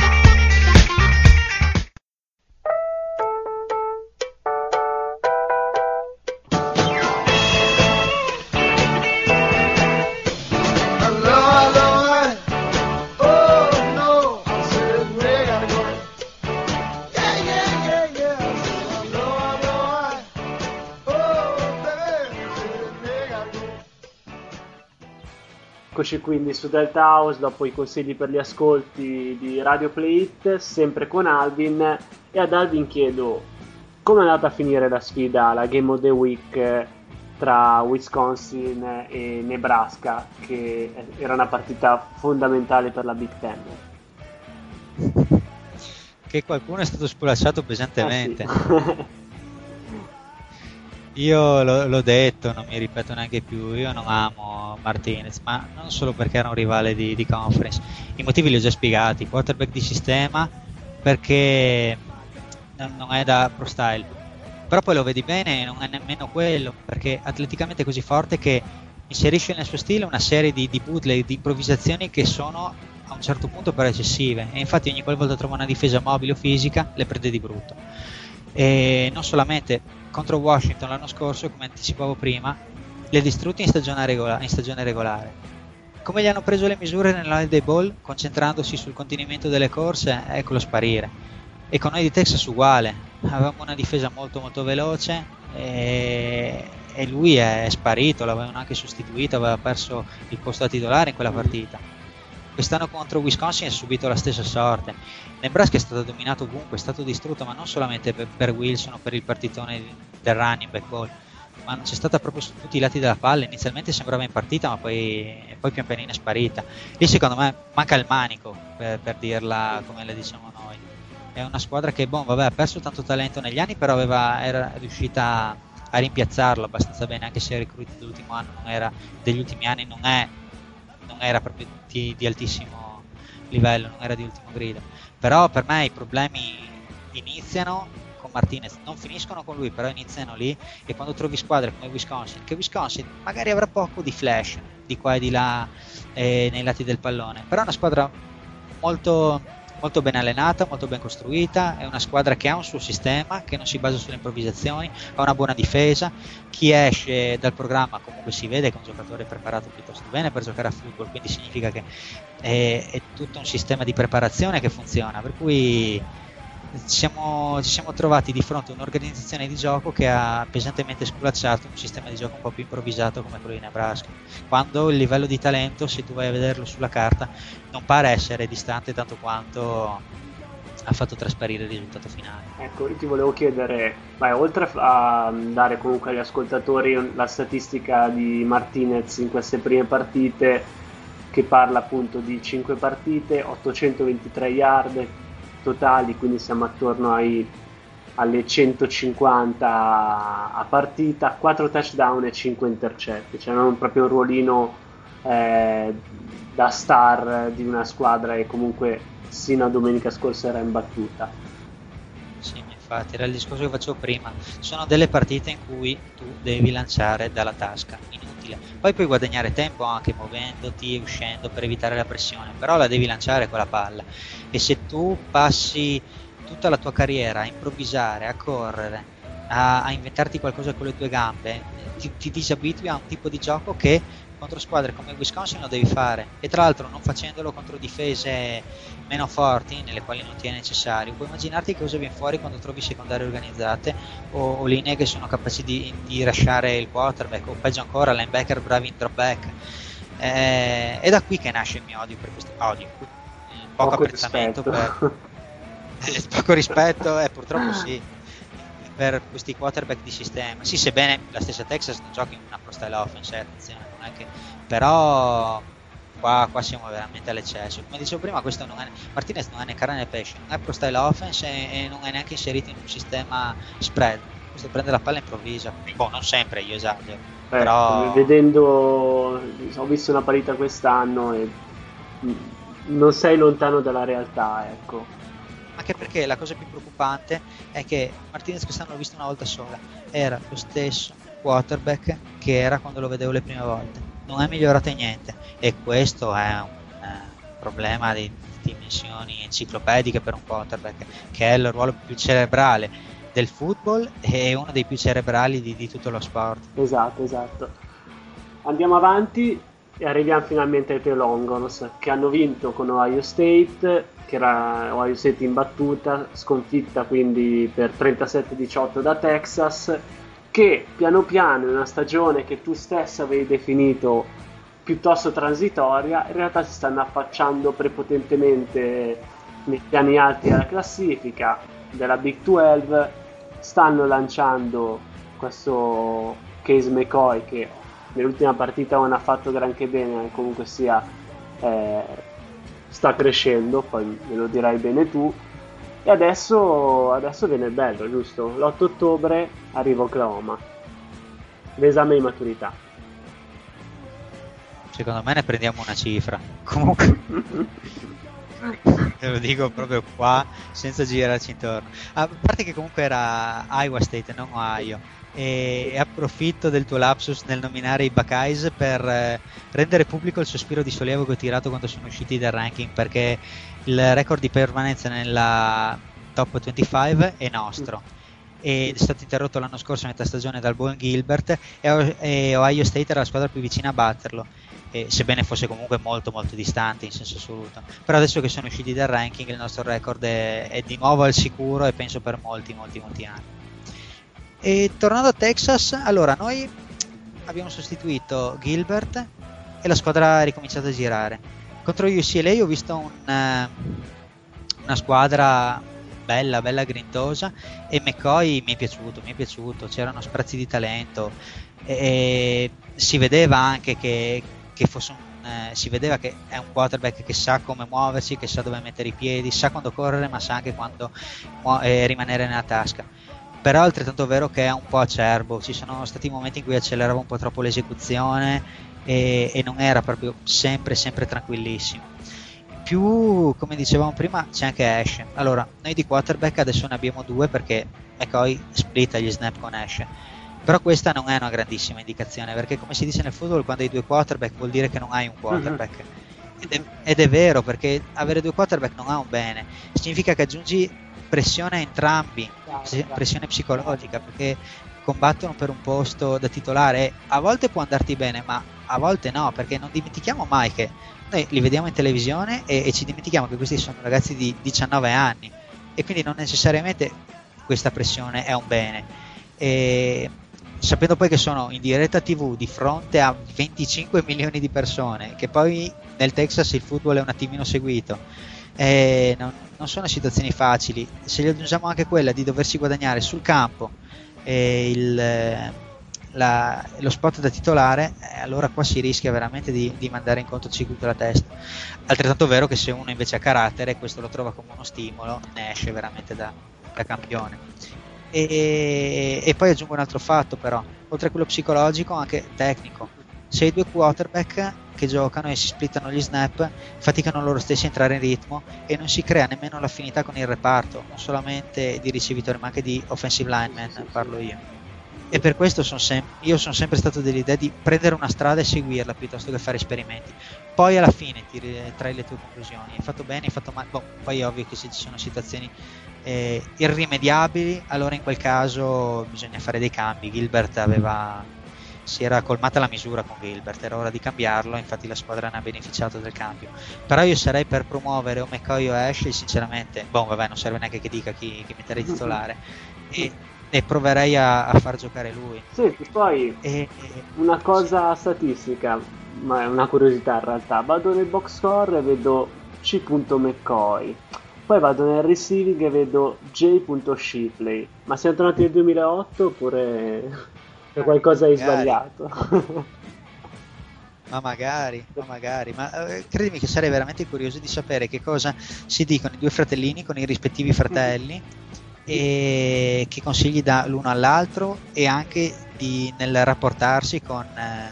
Eccoci quindi su Delta House dopo i consigli per gli ascolti di Radio Play It, sempre con Alvin, e ad Alvin chiedo come è andata a finire la sfida, la Game of the Week tra Wisconsin e Nebraska, che era una partita fondamentale per la Big Ten. Che qualcuno è stato spolacciato pesantemente. Sì. Io l'ho detto, non mi ripeto neanche più, io non amo Martinez, ma non solo perché era un rivale di conference, i motivi li ho già spiegati, quarterback di sistema, perché non è da pro style, però poi lo vedi bene, non è nemmeno quello, perché atleticamente è così forte che inserisce nel suo stile una serie di bootleg, di improvvisazioni che sono a un certo punto però eccessive, e infatti ogni qualvolta trova una difesa mobile o fisica le prende di brutto. E non solamente contro Washington l'anno scorso, come anticipavo prima, li ha distrutti in stagione regolare. Come gli hanno preso le misure nell'Holiday Bowl, concentrandosi sul contenimento delle corse, eccolo sparire. E con noi di Texas uguale, avevamo una difesa molto molto veloce e lui è sparito, l'avevano anche sostituito, aveva perso il posto da titolare in quella partita. Quest'anno contro Wisconsin ha subito la stessa sorte. Nebraska è stato dominato ovunque, è stato distrutto, ma non solamente per Wilson o per il partitone del running back ball, ma c'è stata proprio su tutti i lati della palla. Inizialmente sembrava in partita, ma poi pian pianino è sparita. Lì secondo me manca il manico, per dirla come la diciamo noi. È una squadra che ha perso tanto talento negli anni, però era riuscita a rimpiazzarlo abbastanza bene, anche se il recruit dell'ultimo anno degli ultimi anni non era proprio di altissimo livello, non era di ultimo grido. Però per me i problemi iniziano con Martinez, non finiscono con lui, però iniziano lì, e quando trovi squadre come Wisconsin, che Wisconsin magari avrà poco di flash di qua e di là nei lati del pallone, però è una squadra molto, molto ben allenata, molto ben costruita, è una squadra che ha un suo sistema, che non si basa sulle improvvisazioni, ha una buona difesa, chi esce dal programma comunque si vede che è un giocatore preparato piuttosto bene per giocare a football, quindi significa che è tutto un sistema di preparazione che funziona, per cui ci siamo trovati di fronte a un'organizzazione di gioco che ha pesantemente sculacciato un sistema di gioco un po' più improvvisato come quello di Nebraska, quando il livello di talento, se tu vai a vederlo sulla carta, non pare essere distante tanto quanto ha fatto trasparire il risultato finale. Ecco, io ti volevo chiedere, oltre a dare comunque agli ascoltatori la statistica di Martinez in queste prime partite, che parla appunto di 5 partite, 823 yard totali, quindi siamo attorno alle 150 a partita, 4 touchdown e 5 intercetti, cioè non proprio un ruolino da star di una squadra che comunque sino a domenica scorsa era imbattuta. Sì, infatti era il discorso che facevo prima, sono delle partite in cui tu devi lanciare dalla tasca, inutile, poi puoi guadagnare tempo anche muovendoti e uscendo per evitare la pressione, però la devi lanciare quella palla, e se tu passi tutta la tua carriera a improvvisare, a correre, a inventarti qualcosa con le tue gambe, ti disabitui a un tipo di gioco che contro squadre come Wisconsin lo devi fare, e tra l'altro non facendolo contro difese meno forti nelle quali non ti è necessario. Puoi immaginarti cosa viene fuori quando trovi secondarie organizzate o linee che sono capaci di lasciare il quarterback, o peggio ancora linebacker bravi in drop back. È da qui che nasce il mio odio per queste poco apprezzamento poco rispetto, purtroppo sì, per questi quarterback di sistema. Sì, sebbene la stessa Texas non giochi una pro style offense, attenzione, non è che, però qua siamo veramente all'eccesso. Come dicevo prima, questo non è, Martinez non è né carne né pesce, non è pro style offense e non è neanche inserito in un sistema spread. Questo prende la palla improvvisa. Non sempre, io esagero, però vedendo, ho visto una partita quest'anno e non sei lontano dalla realtà, ecco. Anche perché la cosa più preoccupante è che Martinez quest'anno l'ho visto una volta sola, era lo stesso quarterback che era quando lo vedevo le prime volte, non è migliorato in niente, e questo è un problema di dimensioni enciclopediche per un quarterback, che è il ruolo più cerebrale del football e uno dei più cerebrali di tutto lo sport. Esatto. Andiamo avanti e arriviamo finalmente ai Longhorns, che hanno vinto con Ohio State, che era Ohio State imbattuta, sconfitta quindi per 37-18 da Texas, che piano piano in una stagione che tu stessa avevi definito piuttosto transitoria, in realtà si stanno affacciando prepotentemente nei piani alti della classifica della Big 12, stanno lanciando questo Case McCoy che nell'ultima partita non ha fatto granché bene, comunque sia sta crescendo, poi me lo dirai bene tu. E adesso viene il bello, giusto? L'8 ottobre arriva Oklahoma, l'esame di maturità. Secondo me ne prendiamo una cifra, comunque te lo dico proprio qua senza girarci intorno, a parte che comunque era Iowa State, non Ohio, e approfitto del tuo lapsus nel nominare i Buckeyes per rendere pubblico il sospiro di sollievo che ho tirato quando sono usciti dal ranking, perché il record di permanenza nella top 25 è nostro ed è stato interrotto l'anno scorso a metà stagione dal buon Gilbert e Ohio State era la squadra più vicina a batterlo, sebbene fosse comunque molto molto distante in senso assoluto. Però adesso che sono usciti dal ranking il nostro record è di nuovo al sicuro, e penso per molti anni. E tornando a Texas, allora noi abbiamo sostituito Gilbert e la squadra ha ricominciato a girare. Contro UCLA ho visto una squadra bella grintosa, e McCoy mi è piaciuto, c'erano sprazzi di talento e si vedeva anche che fosse si vedeva che è un quarterback che sa come muoversi, che sa dove mettere i piedi, sa quando correre, ma sa anche quando rimanere nella tasca. Però è altrettanto vero che è un po' acerbo, ci sono stati momenti in cui accelerava un po' troppo l'esecuzione e non era proprio sempre tranquillissimo. Più, come dicevamo prima, c'è anche Ash. Allora, noi di quarterback adesso ne abbiamo due, perché McCoy splitta gli snap con Ash, però questa non è una grandissima indicazione, perché come si dice nel football, quando hai due quarterback vuol dire che non hai un quarterback. Ed è vero, perché avere due quarterback non ha un bene, significa che aggiungi pressione a entrambi, pressione psicologica, perché combattono per un posto da titolare e a volte può andarti bene, ma a volte no, perché non dimentichiamo mai che noi li vediamo in televisione e ci dimentichiamo che questi sono ragazzi di 19 anni e quindi non necessariamente questa pressione è un bene, e sapendo poi che sono in diretta TV di fronte a 25 milioni di persone, che poi nel Texas il football è un attimino seguito, non sono situazioni facili. Se gli aggiungiamo anche quella di doversi guadagnare sul campo lo spot da titolare, allora qua si rischia veramente di mandare in controcircuito la testa. Altrettanto vero che se uno invece ha carattere, questo lo trova come uno stimolo, ne esce veramente da campione. E poi aggiungo un altro fatto, però, oltre a quello psicologico, anche tecnico. Se i due quarterback che giocano e si splittano gli snap, faticano loro stessi a entrare in ritmo e non si crea nemmeno l'affinità con il reparto, non solamente di ricevitori ma anche di offensive lineman, parlo io. E per questo io sono sempre stato dell'idea di prendere una strada e seguirla piuttosto che fare esperimenti. Poi alla fine ti trai le tue conclusioni, hai fatto bene, hai fatto male. Poi è ovvio che se ci sono situazioni irrimediabili, allora in quel caso bisogna fare dei cambi. Si era colmata la misura con Gilbert, era ora di cambiarlo, infatti la squadra ne ha beneficiato del cambio. Però io sarei per promuovere o McCoy o Ashley, sinceramente, non serve neanche che dica chi mettere titolare, e proverei a far giocare lui. Senti, poi una cosa statistica, ma è una curiosità in realtà, vado nel box score e vedo C.McCoy. Poi vado nel receiving e vedo J. Shipley. Ma siamo tornati nel 2008 oppure c'è qualcosa hai sbagliato? Ma magari, ma credimi che sarei veramente curioso di sapere che cosa si dicono i due fratellini con i rispettivi fratelli e che consigli dà l'uno all'altro e anche nel rapportarsi con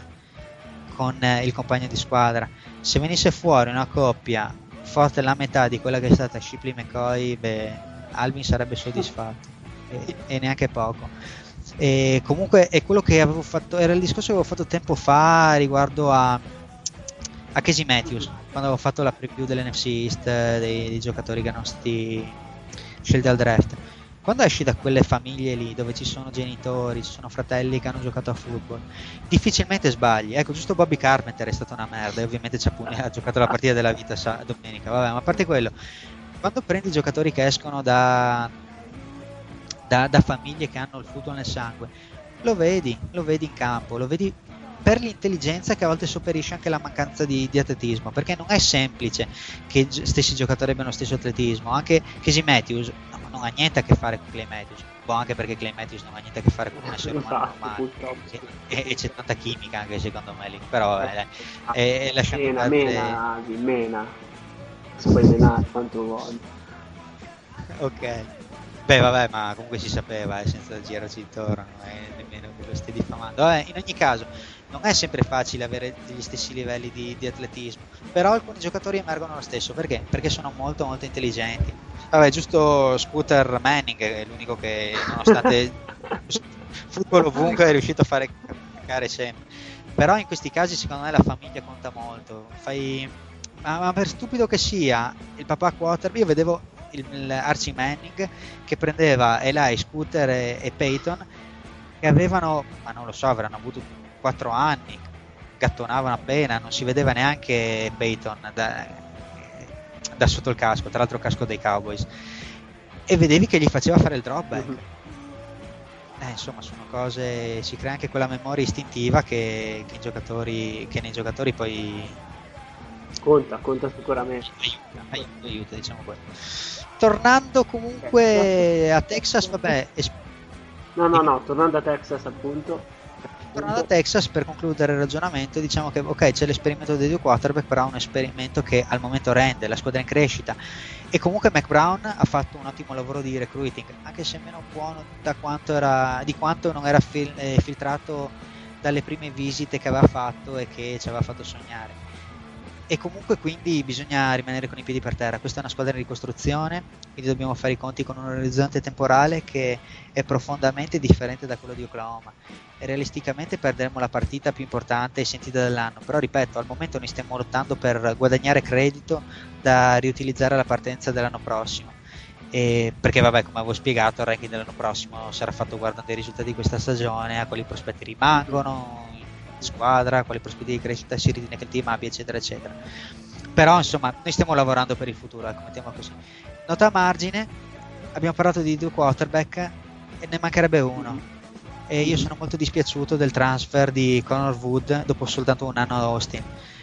il compagno di squadra. Se venisse fuori una coppia forte la metà di quella che è stata Shipley McCoy, Alvin sarebbe soddisfatto e neanche poco. E comunque è quello che avevo fatto, era il discorso che avevo fatto tempo fa riguardo a Casey Matthews, quando avevo fatto la preview dell'NFC East dei giocatori che erano stati scelti al draft. Quando esci da quelle famiglie lì dove ci sono genitori, ci sono fratelli che hanno giocato a football, difficilmente sbagli. Ecco, giusto Bobby Carpenter è stata una merda e ovviamente ha giocato la partita della vita domenica, vabbè, ma a parte quello, quando prendi giocatori che escono da famiglie che hanno il football nel sangue, lo vedi in campo, lo vedi per l'intelligenza che a volte sopperisce anche la mancanza di atletismo, perché non è semplice che stessi giocatori abbiano lo stesso atletismo. Anche Casey Matthews non ha niente a che fare con Clay Matthews, anche perché Clay Matthews non ha niente a che fare con un essere umano normale e c'è tanta chimica anche secondo me lì, però lasciamo mena si può menare quanto vuoi. Ok. Beh, vabbè, ma comunque si sapeva, senza girarci intorno, nemmeno che lo stai diffamando. Vabbè, in ogni caso, non è sempre facile avere degli stessi livelli di atletismo, però alcuni giocatori emergono lo stesso, perché? Perché sono molto molto intelligenti. Vabbè, giusto Scooter Manning è l'unico che, nonostante football ovunque, è riuscito a fare cacare sempre. Però in questi casi, secondo me, la famiglia conta molto. Ma per stupido che sia, il papà quarterback, io vedevo il Archie Manning che prendeva Eli, Scooter e Peyton, che avevano, ma non lo so, avranno avuto 4 anni, gattonavano appena, non si vedeva neanche Peyton da sotto il casco, tra l'altro casco dei Cowboys, e vedevi che gli faceva fare il dropback. Insomma, sono cose, si crea anche quella memoria istintiva che nei giocatori poi conta sicuramente, aiuta, diciamo quello. Tornando comunque a Texas, vabbè. Tornando a Texas appunto. Tornando a Texas, per concludere il ragionamento, diciamo che ok, c'è l'esperimento dei due quarterback, però è un esperimento che al momento rende, la squadra è in crescita e comunque Mac Brown ha fatto un ottimo lavoro di recruiting, anche se meno buono di quanto non era filtrato dalle prime visite che aveva fatto e che ci aveva fatto sognare. E comunque quindi bisogna rimanere con i piedi per terra. Questa è una squadra in ricostruzione, quindi dobbiamo fare i conti con un orizzonte temporale che è profondamente differente da quello di Oklahoma e realisticamente perderemo la partita più importante e sentita dell'anno, però ripeto, al momento noi stiamo lottando per guadagnare credito da riutilizzare alla partenza dell'anno prossimo, perché vabbè, come avevo spiegato, il ranking dell'anno prossimo sarà fatto guardando i risultati di questa stagione, a quali prospetti rimangono squadra, quali prospettive di crescita si ritiene che il team abbia, eccetera eccetera. Però insomma noi stiamo lavorando per il futuro, mettiamo così. Nota a margine, abbiamo parlato di due quarterback e ne mancherebbe uno, e io sono molto dispiaciuto del transfer di Connor Wood dopo soltanto un anno ad Austin.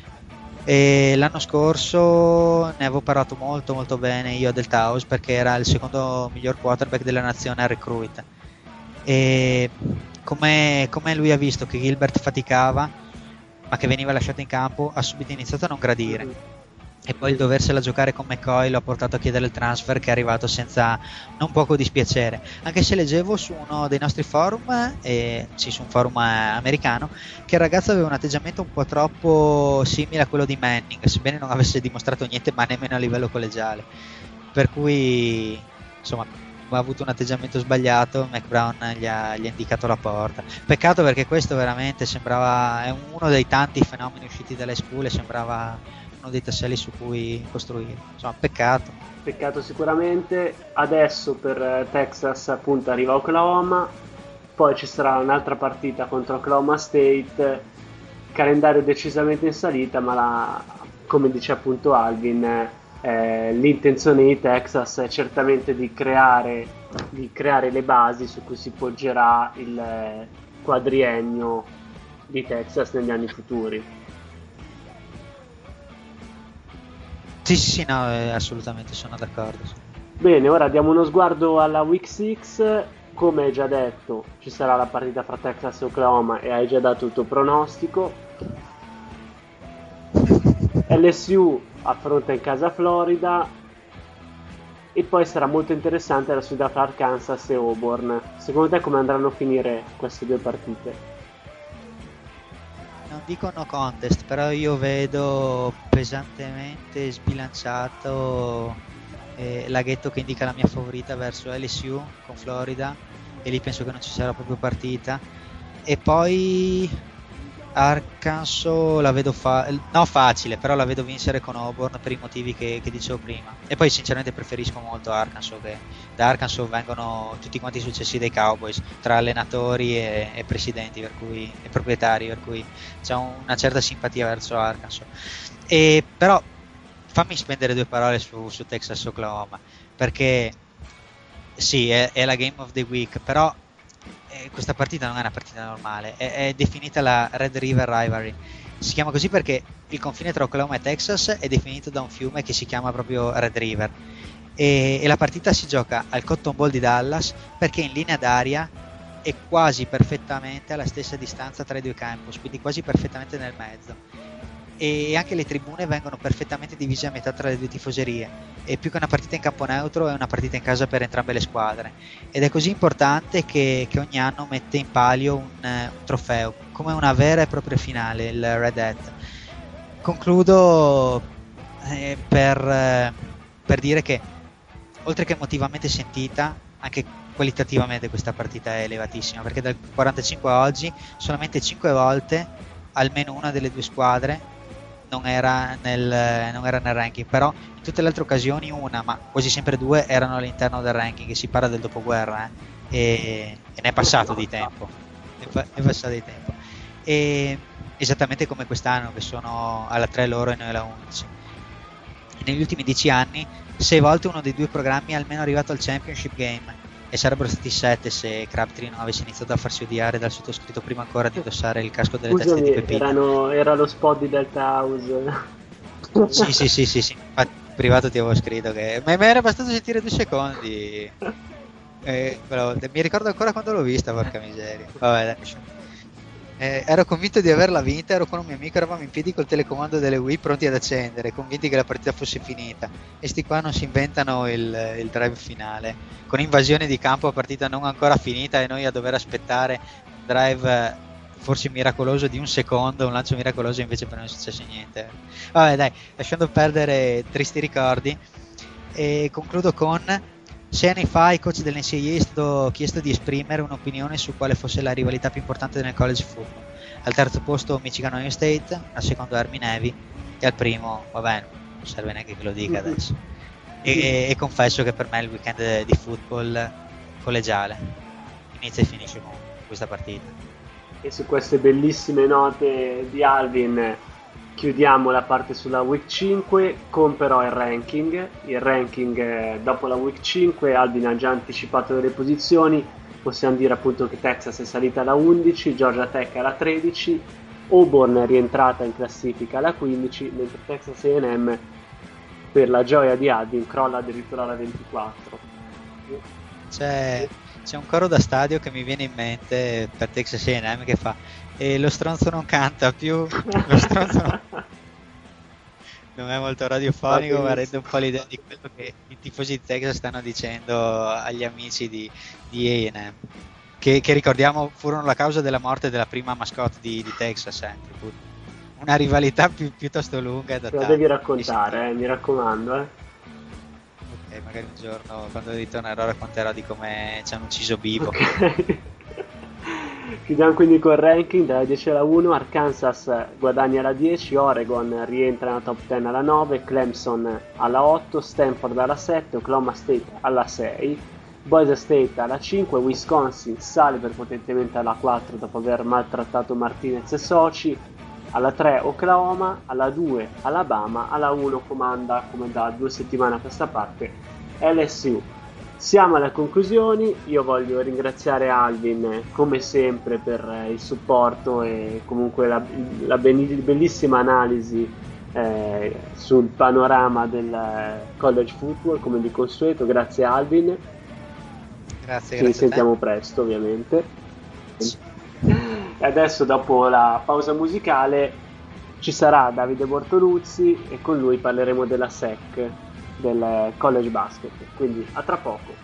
E l'anno scorso ne avevo parlato molto molto bene io del Taos, perché era il secondo miglior quarterback della nazione al recruit, e come lui ha visto che Gilbert faticava ma che veniva lasciato in campo, ha subito iniziato a non gradire, e poi il doversela giocare con McCoy lo ha portato a chiedere il transfer, che è arrivato senza non poco dispiacere, anche se leggevo su uno dei nostri forum, su un forum americano, che il ragazzo aveva un atteggiamento un po' troppo simile a quello di Manning, sebbene non avesse dimostrato niente ma nemmeno a livello collegiale, per cui insomma ha avuto un atteggiamento sbagliato. Mac Brown gli ha indicato la porta. Peccato, perché questo veramente è uno dei tanti fenomeni usciti dalle school e sembrava uno dei tasselli su cui costruire. Insomma, peccato sicuramente. Adesso per Texas appunto arriva Oklahoma, poi ci sarà un'altra partita contro Oklahoma State, calendario decisamente in salita, ma come dice appunto Alvin, l'intenzione di Texas è certamente di creare le basi su cui si poggerà il quadriennio di Texas negli anni futuri. Sì, no, assolutamente sono d'accordo. Bene, ora diamo uno sguardo alla Week 6. Come hai già detto, ci sarà la partita fra Texas e Oklahoma e hai già dato il tuo pronostico. LSU affronta in casa Florida e poi sarà molto interessante la sfida fra Arkansas e Auburn. Secondo te come andranno a finire queste due partite? Non dico no contest, però io vedo pesantemente sbilanciato l'aghetto che indica la mia favorita verso LSU con Florida, e lì penso che non ci sarà proprio partita. E poi Arkansas la vedo facile, però la vedo vincere con Auburn per i motivi che dicevo prima. E poi sinceramente preferisco molto Arkansas, che da Arkansas vengono tutti quanti i successi dei Cowboys, tra allenatori e presidenti e proprietari, per cui c'è una certa simpatia verso Arkansas. E però fammi spendere due parole su Texas Oklahoma, perché sì, è la game of the week, però questa partita non è una partita normale, è definita la Red River Rivalry. Si chiama così perché il confine tra Oklahoma e Texas è definito da un fiume che si chiama proprio Red River, e la partita si gioca al Cotton Bowl di Dallas, perché in linea d'aria è quasi perfettamente alla stessa distanza tra i due campus, quindi quasi perfettamente nel mezzo, e anche le tribune vengono perfettamente divise a metà tra le due tifoserie, e più che una partita in campo neutro è una partita in casa per entrambe le squadre, ed è così importante che ogni anno mette in palio un trofeo, come una vera e propria finale, il Red Hat. Concludo per dire che oltre che emotivamente sentita, anche qualitativamente questa partita è elevatissima, perché dal 45 a oggi solamente 5 volte almeno una delle due squadre non era nel ranking, però in tutte le altre occasioni una, ma quasi sempre due, erano all'interno del ranking, e si parla del dopoguerra, e ne è passato di tempo, e esattamente come quest'anno, che sono alla 3 loro e noi alla 11. Negli ultimi 10 anni 6 volte uno dei due programmi è almeno arrivato al championship game, e sarebbero stati 7 se Crabtree non avesse iniziato a farsi odiare dal sottoscritto prima ancora di indossare il casco delle teste di Pepino. Era lo spot di Delta House. Sì. Infatti in privato ti avevo scritto che ma mi era bastato sentire 2 secondi. Mi ricordo ancora quando l'ho vista, porca miseria. Vabbè, dai. Ero convinto di averla vinta, ero con un mio amico, eravamo in piedi col telecomando delle Wii pronti ad accendere, convinti che la partita fosse finita, e sti qua non si inventano il drive finale, con invasione di campo a partita non ancora finita, e noi a dover aspettare un drive forse miracoloso di un secondo, un lancio miracoloso, invece poi non è successo niente. Vabbè dai, lasciando perdere tristi ricordi, e concludo con: 6 anni fa i coach dell'NCAA è stato chiesto di esprimere un'opinione su quale fosse la rivalità più importante nel college football. Al terzo posto Michigan-Ohio State, al secondo Army-Navy, e al primo, vabbè, non serve neanche che lo dica adesso. E confesso che per me il weekend di football collegiale inizia e finisce con questa partita. E su queste bellissime note di Alvin chiudiamo la parte sulla Week 5 con però il ranking. Dopo la Week 5 Alvin ha già anticipato delle posizioni. Possiamo dire appunto che Texas è salita alla 11, Georgia Tech alla 13, Auburn è rientrata in classifica alla 15, mentre Texas A&M, per la gioia di Alvin, crolla addirittura alla 24. C'è un coro da stadio che mi viene in mente per Texas A&M che fa: e lo stronzo non canta più, lo stronzo non è molto radiofonico, ma rende un po' l'idea di quello che i tifosi di Texas stanno dicendo agli amici di A&M, che ricordiamo furono la causa della morte della prima mascotte di Texas. Una rivalità piuttosto lunga. Te la devi raccontare, mi raccomando. Ok, magari un giorno quando ritornerò racconterò di come ci hanno ucciso Bibo. Okay. Chiudiamo quindi col ranking dalla 10 alla 1. Arkansas guadagna alla 10, Oregon rientra nella top 10 alla 9, Clemson alla 8, Stanford alla 7, Oklahoma State alla 6, Boise State alla 5, Wisconsin sale prepotentemente alla 4 dopo aver maltrattato Martinez e soci, alla 3 Oklahoma, alla 2 Alabama, alla 1 comanda, come da 2 settimane a questa parte, LSU. Siamo alle conclusioni. Io voglio ringraziare Alvin come sempre per il supporto e comunque la bellissima analisi sul panorama del college football come di consueto. Grazie Alvin, Grazie, ci grazie a te. risentiamo presto ovviamente. E adesso, dopo la pausa musicale, ci sarà Davide Bortoluzzi e con lui parleremo della SEC, del college basket, quindi a tra poco.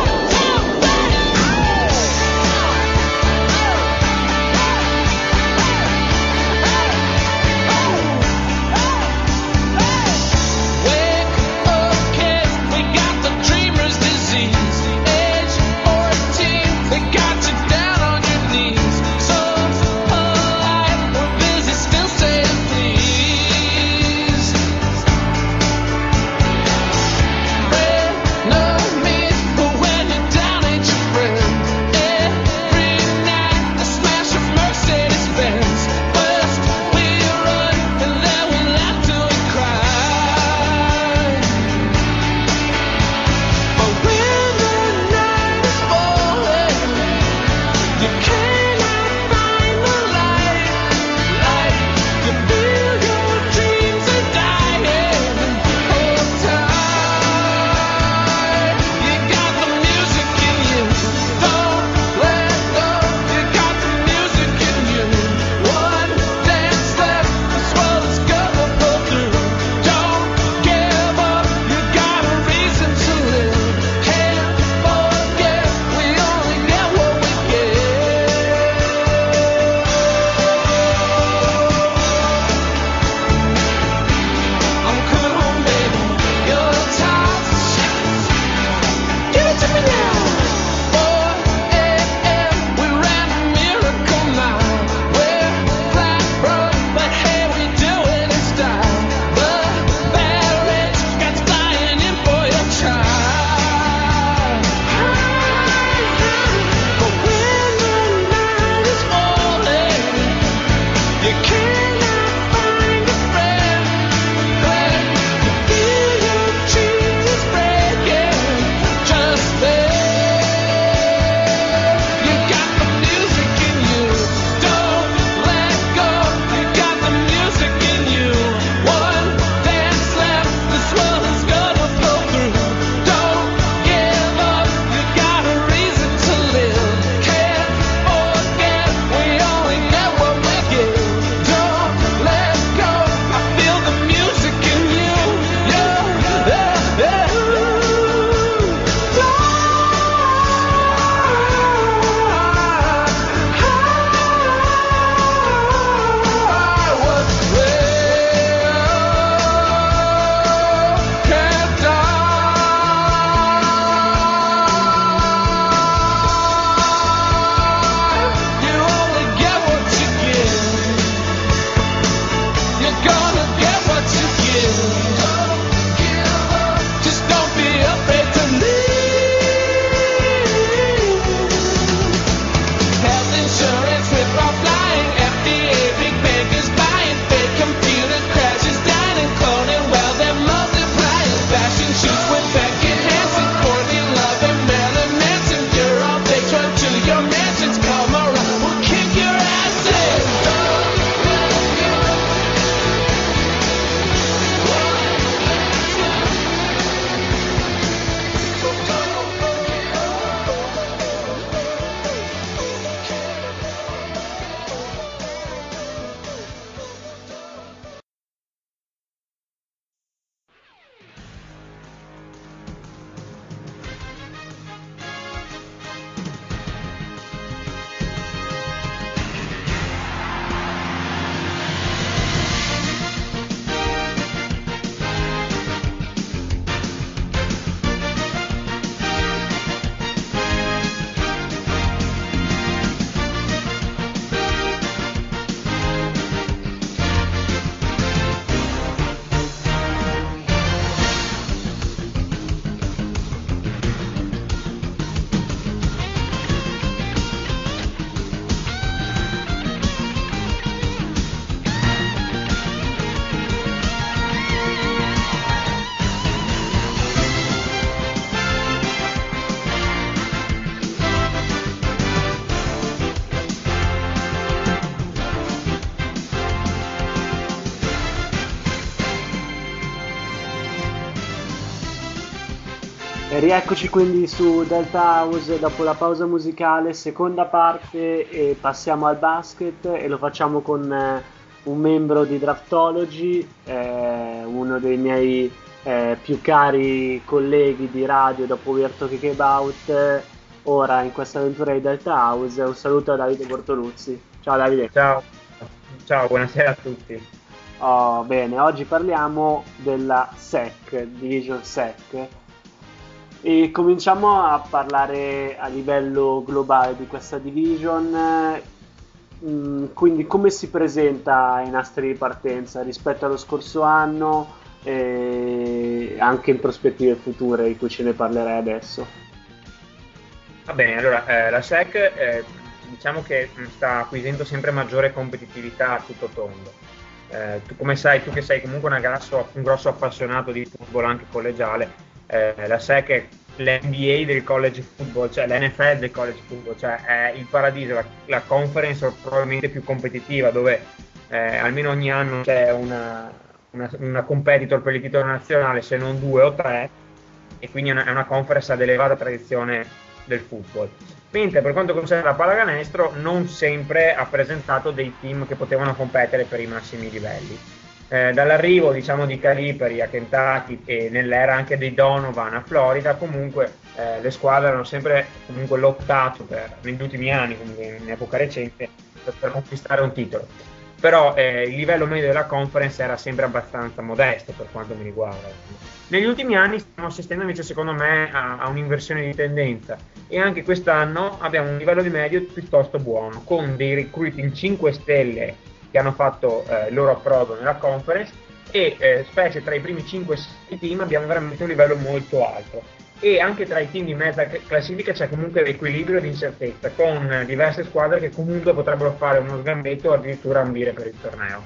Whoa! E rieccoci quindi su Delta House dopo la pausa musicale, seconda parte, e passiamo al basket e lo facciamo con un membro di Draftology, uno dei miei più cari colleghi di radio dopo We Are Talking About, ora in questa avventura di Delta House. Un saluto a Davide Bortoluzzi. Ciao Davide. Ciao, buonasera a tutti. Oh, bene, oggi parliamo della SEC, Division SEC. E cominciamo a parlare a livello globale di questa division. Quindi come si presenta ai nastri di partenza rispetto allo scorso anno e anche in prospettive future di cui ce ne parlerai adesso. Va bene, allora la SEC diciamo che sta acquisendo sempre maggiore competitività a tutto tondo. Tu come sai, tu che sei comunque un grosso appassionato di football anche collegiale, la SEC è l'NBA del college football, cioè l'NFL del college football, cioè è il paradiso, la conference probabilmente più competitiva, dove almeno ogni anno c'è una competitor per il titolo nazionale, se non 2 o 3, e quindi è una conference ad elevata tradizione del football. Mentre per quanto concerne la pallacanestro, non sempre ha presentato dei team che potevano competere per i massimi livelli. Dall'arrivo diciamo di Calipari a Kentucky e nell'era anche dei Donovan a Florida, comunque le squadre hanno sempre comunque lottato negli ultimi anni, comunque in epoca recente, per conquistare un titolo. Però il livello medio della conference era sempre abbastanza modesto per quanto mi riguarda. Negli ultimi anni stiamo assistendo invece secondo me a un'inversione di tendenza, e anche quest'anno abbiamo un livello di medio piuttosto buono, con dei recruiting 5 stelle che hanno fatto il loro approdo nella conference, e specie tra i primi 5 team abbiamo veramente un livello molto alto, e anche tra i team di mezza classifica c'è comunque l'equilibrio di incertezza, con diverse squadre che comunque potrebbero fare uno sgambetto o addirittura ambire per il torneo.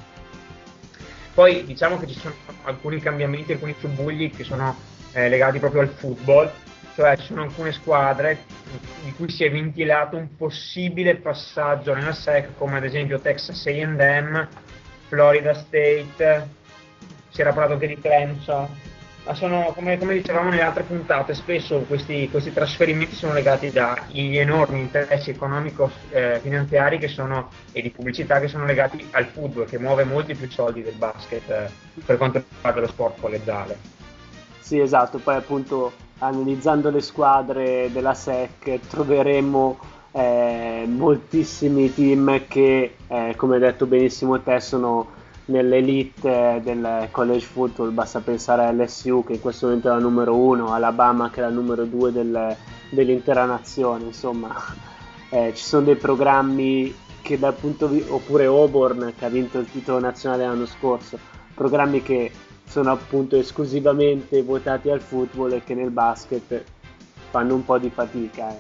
Poi diciamo che ci sono alcuni cambiamenti, alcuni subbuglii che sono legati proprio al football, cioè ci sono alcune squadre di cui si è ventilato un possibile passaggio nella SEC, come ad esempio Texas A&M, Florida State, si era parlato anche di Clemson, ma sono, come dicevamo nelle altre puntate, spesso questi trasferimenti sono legati dagli enormi interessi economico-finanziari e di pubblicità che sono legati al football, che muove molti più soldi del basket per quanto riguarda lo sport collegiale. Sì, esatto, poi appunto analizzando le squadre della SEC troveremo moltissimi team che, come hai detto benissimo te, sono nell'elite del college football. Basta pensare a LSU, che in questo momento è la numero 1, Alabama che è la numero 2 dell'intera nazione. Insomma, ci sono dei programmi che dal punto di vista, oppure Auburn che ha vinto il titolo nazionale l'anno scorso, programmi che sono appunto esclusivamente votati al football e che nel basket fanno un po' di fatica.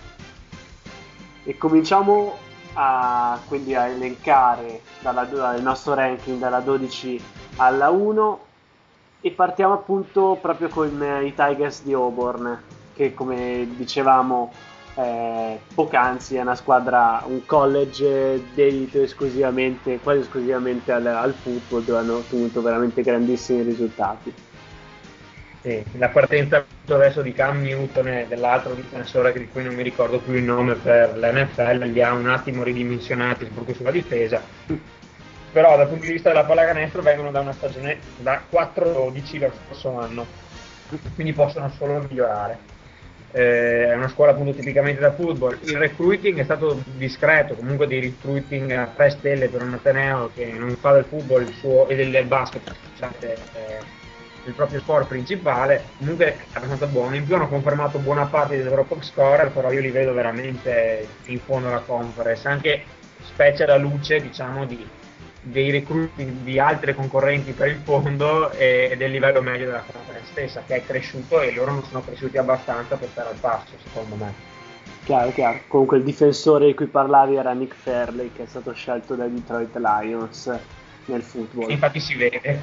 E cominciamo quindi a elencare il nostro ranking dalla 12 alla 1, e partiamo appunto proprio con i Tigers di Auburn, che come dicevamo poc'anzi è una squadra, un college dedito quasi esclusivamente al football, dove hanno ottenuto veramente grandissimi risultati. Sì, la partenza adesso di Cam Newton e dell'altro difensore di cui non mi ricordo più il nome per l'NFL li ha un attimo ridimensionati soprattutto sulla difesa, però dal punto di vista della pallacanestro vengono da una stagione da 4-12 lo scorso anno, quindi possono solo migliorare. È una scuola appunto tipicamente da football. Il recruiting è stato discreto, comunque di recruiting a 3 stelle per un ateneo che non fa del football il suo e del basket il proprio sport principale, comunque è abbastanza buono. In più hanno confermato buona parte dei loro top scorer, però io li vedo veramente in fondo alla conference, anche specie alla luce diciamo dei recruiting di altre concorrenti per il fondo e del livello medio della conference stessa, che è cresciuto, e loro non sono cresciuti abbastanza per stare al passo, secondo me. Chiaro. Comunque il difensore di cui parlavi era Nick Fairley, che è stato scelto dai Detroit Lions nel football. Infatti si vede.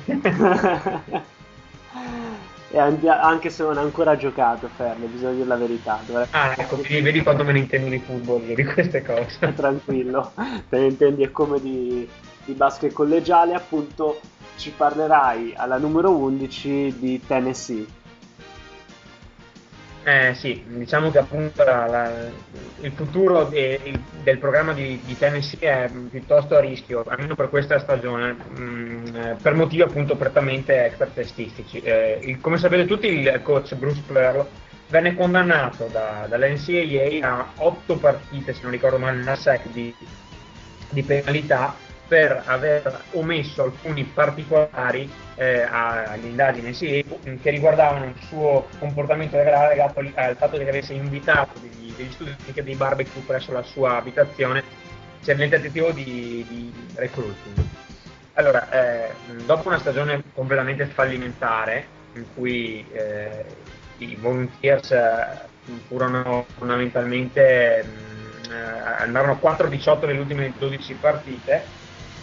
E anche se non ha ancora giocato Fairley, bisogna dire la verità. Ecco, vedi quanto me ne intendo di football io, di queste cose. Tranquillo, te ne intendi come di basket collegiale. Appunto ci parlerai alla numero 11 di Tennessee. Sì, diciamo che appunto il futuro del programma di Tennessee è piuttosto a rischio, almeno per questa stagione, per motivi appunto prettamente extra-testistici. Come sapete tutti, il coach Bruce Pearl venne condannato dall'NCAA a 8 partite, se non ricordo male, nella SEC di penalità per aver omesso alcuni particolari all'indagine NCAA che riguardavano il suo comportamento legato al fatto che avesse invitato degli studenti a dei barbecue presso la sua abitazione, cioè nel tentativo di recruiting. Allora, dopo una stagione completamente fallimentare in cui i Volunteers furono fondamentalmente andarono 4-18 nelle ultime 12 partite,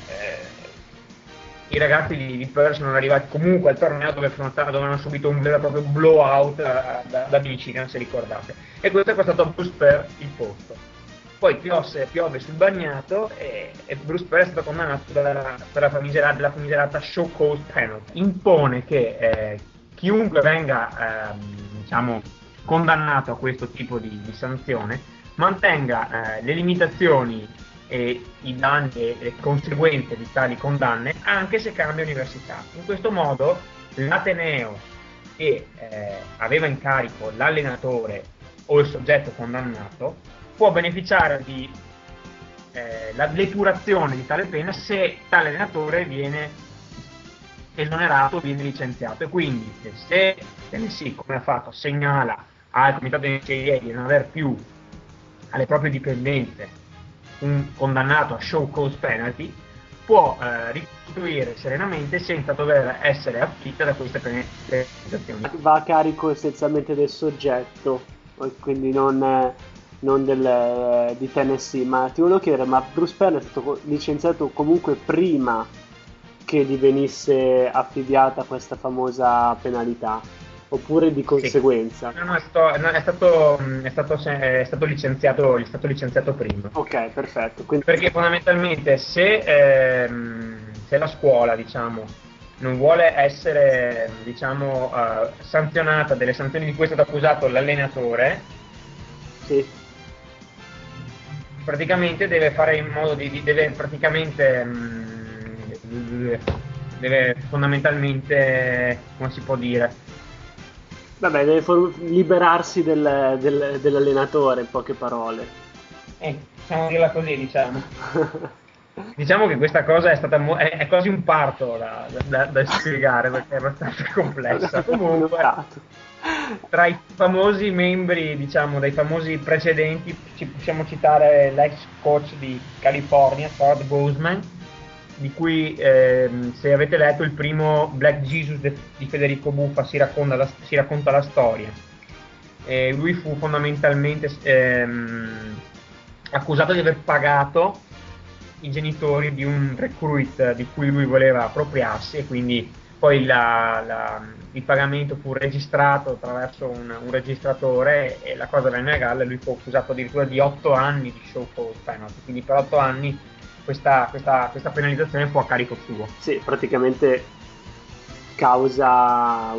i ragazzi di Pearl sono arrivati comunque al torneo dove hanno subito un vero e proprio blowout da Michigan, se ricordate, e questo è costato a Bruce Pearl il posto. Poi piove sul bagnato e Bruce Pearl è stato condannato della famigerata show cause penalty. Impone che chiunque venga diciamo condannato a questo tipo di sanzione mantenga le limitazioni e i danni e le conseguenze di tali condanne anche se cambia università. In questo modo l'ateneo che aveva in carico l'allenatore o il soggetto condannato può beneficiare di la depurazione di tale pena se tale allenatore viene esonerato, viene licenziato, e quindi se Tennessee, come ha fatto, segnala al comitato NCAA di non aver più alle proprie dipendenze un condannato a show cause penalty, può ricostruire serenamente senza dover essere afflitta da queste penalizzazioni. Va a carico essenzialmente del soggetto, quindi non di Tennessee. Ma ti volevo chiedere, ma Bruce Pearl è stato licenziato comunque prima che gli venisse affibbiata questa famosa penalità, oppure di conseguenza? Sì. No, è stato licenziato prima. Ok, perfetto. Quindi... Perché fondamentalmente se la scuola, diciamo, non vuole essere, diciamo, sanzionata delle sanzioni di cui è stato accusato l'allenatore, sì, praticamente deve fare in modo deve fondamentalmente, come si può dire, vabbè, deve liberarsi dell'allenatore, in poche parole. Possiamo dirla così, diciamo. Diciamo che questa cosa è quasi un parto da spiegare, perché è abbastanza complessa. Comunque, tra i famosi membri, diciamo, dei famosi precedenti, ci possiamo citare l'ex coach di California, Todd Bozeman, di cui se avete letto il primo Black Jesus di Federico Buffa si racconta la storia. Lui fu fondamentalmente accusato di aver pagato i genitori di un recruit di cui lui voleva appropriarsi, e quindi poi il pagamento fu registrato attraverso un registratore e la cosa venne a galla, e lui fu accusato addirittura di 8 anni di show cause penalty, quindi per 8 anni questa penalizzazione fu a carico suo. Sì, praticamente causa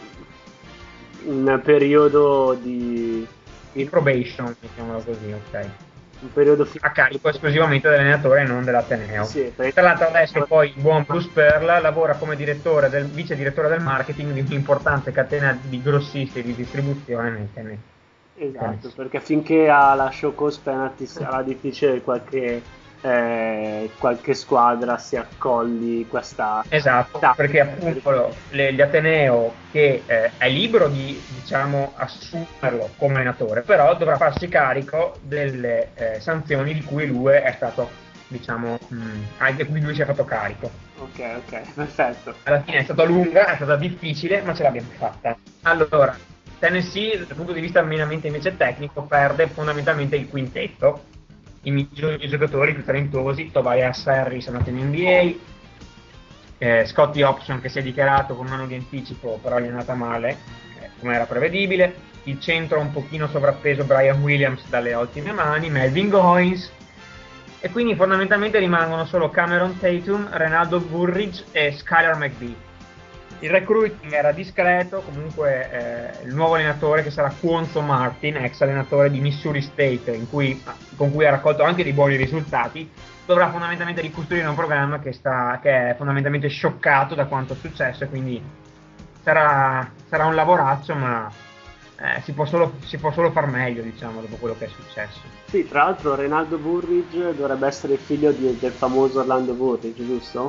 un periodo di probation, diciamolo così, ok. Un periodo a carico esclusivamente dell'allenatore e non dell'Ateneo. Sì, tra l'altro adesso poi il buon Bruce Pearl lavora come vice direttore del marketing di un'importante catena di grossisti di distribuzione nel tennis. Esatto, perché finché ha la show cause penalty sarà difficile qualche squadra si accolli questa. Esatto, perché appunto gli Ateneo, che è libero di, diciamo, assumerlo come allenatore, però dovrà farsi carico delle sanzioni di cui lui è stato, diciamo, di cui lui si è fatto carico. Ok, perfetto. Alla fine è stata lunga, è stata difficile, ma ce l'abbiamo fatta. Allora, Tennessee dal punto di vista meramente invece tecnico perde fondamentalmente il quintetto. I migliori giocatori più talentosi, Tobias Harris è andato in NBA, Scottie Hobson, che si è dichiarato con un anno di anticipo, però gli è andata male, come era prevedibile. Il centro un pochino sovrappeso, Brian Williams, dalle ottime mani, Melvin Goins, e quindi fondamentalmente rimangono solo Cameron Tatum, Renaldo Burridge e Skylar McBee. il recruiting era discreto, comunque il nuovo allenatore, che sarà Cuonzo Martin, ex allenatore di Missouri State, con cui ha raccolto anche dei buoni risultati, dovrà fondamentalmente ricostruire un programma che è fondamentalmente scioccato da quanto è successo, e quindi sarà un lavoraccio, ma si può solo far meglio, diciamo, dopo quello che è successo. Sì, tra l'altro Renaldo Burridge dovrebbe essere il figlio del famoso Orlando Burridge, giusto?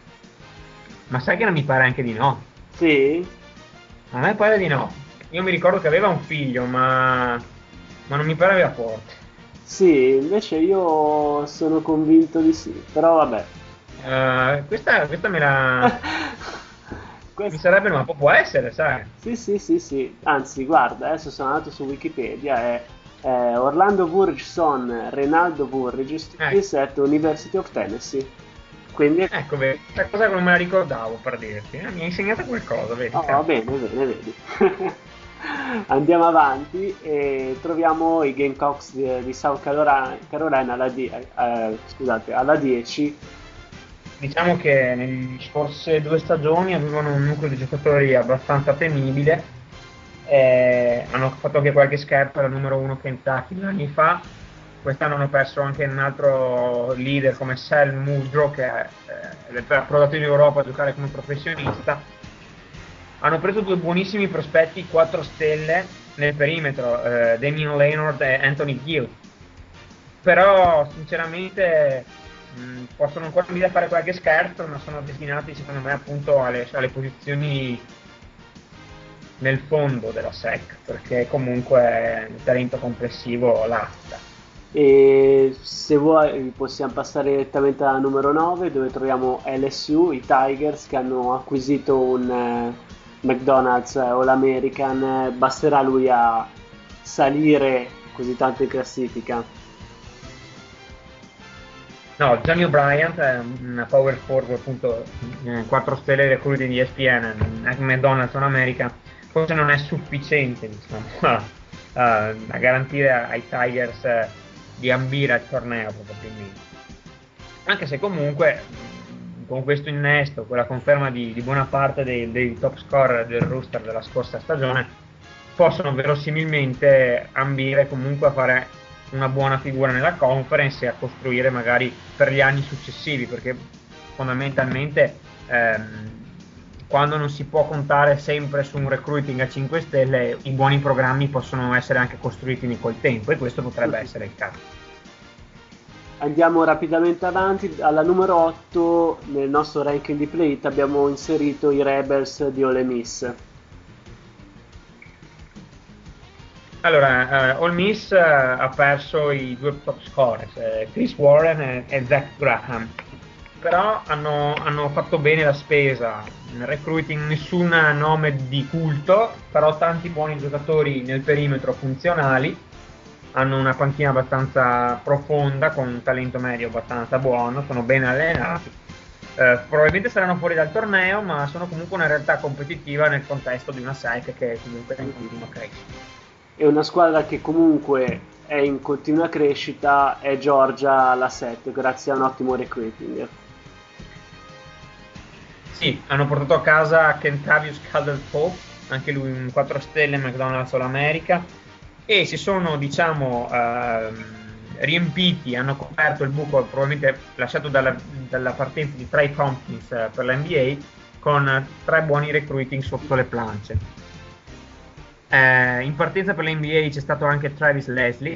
Ma sai che non mi pare anche di no? Sì? A me pare di no. Io mi ricordo che aveva un figlio, ma non mi pare aveva forte. Sì, invece io sono convinto di sì, però vabbè. Questa me la... Mi sarebbe, ma può essere, sai? Sì. Anzi, guarda, adesso sono andato su Wikipedia, è Orlando Burridge son Renaldo Burridge, student at University of Tennessee. Quindi... Ecco, vedi, questa cosa non me la ricordavo, per dirti. Mi hai insegnato qualcosa, vedi? Oh, bene, vedi. Andiamo avanti e troviamo i Gamecocks di South Carolina alla 10. Diciamo che nelle scorse 2 stagioni avevano un nucleo di giocatori abbastanza temibile, hanno fatto anche qualche scarpa alla numero 1 Kentucky 2 anni fa. Quest'anno hanno perso anche un altro leader come Sal Muldrow, che è approdato in Europa a giocare come professionista. Hanno preso 2 buonissimi prospetti 4 stelle nel perimetro, Damian Leonard e Anthony Gill, però sinceramente possono ancora venire a fare qualche scherzo, ma sono destinati secondo me appunto alle posizioni nel fondo della SEC, perché comunque il talento complessivo lascia. E se vuoi possiamo passare direttamente alla numero 9, dove troviamo LSU, i Tigers, che hanno acquisito un McDonald's All-American. Basterà lui a salire così tanto in classifica? No, Johnny O'Brien è un power forward, appunto 4 stelle recruiting di ESPN, McDonald's All-American, forse non è sufficiente, diciamo, a garantire ai Tigers di ambire al torneo, probabilmente. Anche se comunque con questo innesto, con la conferma di buona parte dei top scorer del roster della scorsa stagione, possono verosimilmente ambire comunque a fare una buona figura nella conference e a costruire magari per gli anni successivi, perché fondamentalmente quando non si può contare sempre su un recruiting a 5 stelle, i buoni programmi possono essere anche costruiti col tempo, e questo potrebbe essere il caso. Andiamo rapidamente avanti. Alla numero 8 nel nostro ranking di play abbiamo inserito i Rebels di Ole Miss. Allora, Ole Miss ha perso i 2 top scorers, Chris Warren e Zach Graham, però hanno fatto bene la spesa nel recruiting, nessun nome di culto, però tanti buoni giocatori nel perimetro funzionali, hanno una panchina abbastanza profonda con un talento medio abbastanza buono, sono ben allenati, probabilmente saranno fuori dal torneo, ma sono comunque una realtà competitiva nel contesto di una SEC che comunque è in continua crescita. È una squadra che comunque è in continua crescita, è Georgia alla 7 grazie a un ottimo recruiting. Sì, hanno portato a casa Kentavious Caldwell-Pope, anche lui un 4 stelle McDonald's All-America, e si sono, diciamo, riempiti, hanno coperto il buco probabilmente lasciato dalla partenza di Trey Tompkins per la NBA, con 3 buoni recruiting sotto le planche. In partenza per la NBA c'è stato anche Travis Leslie.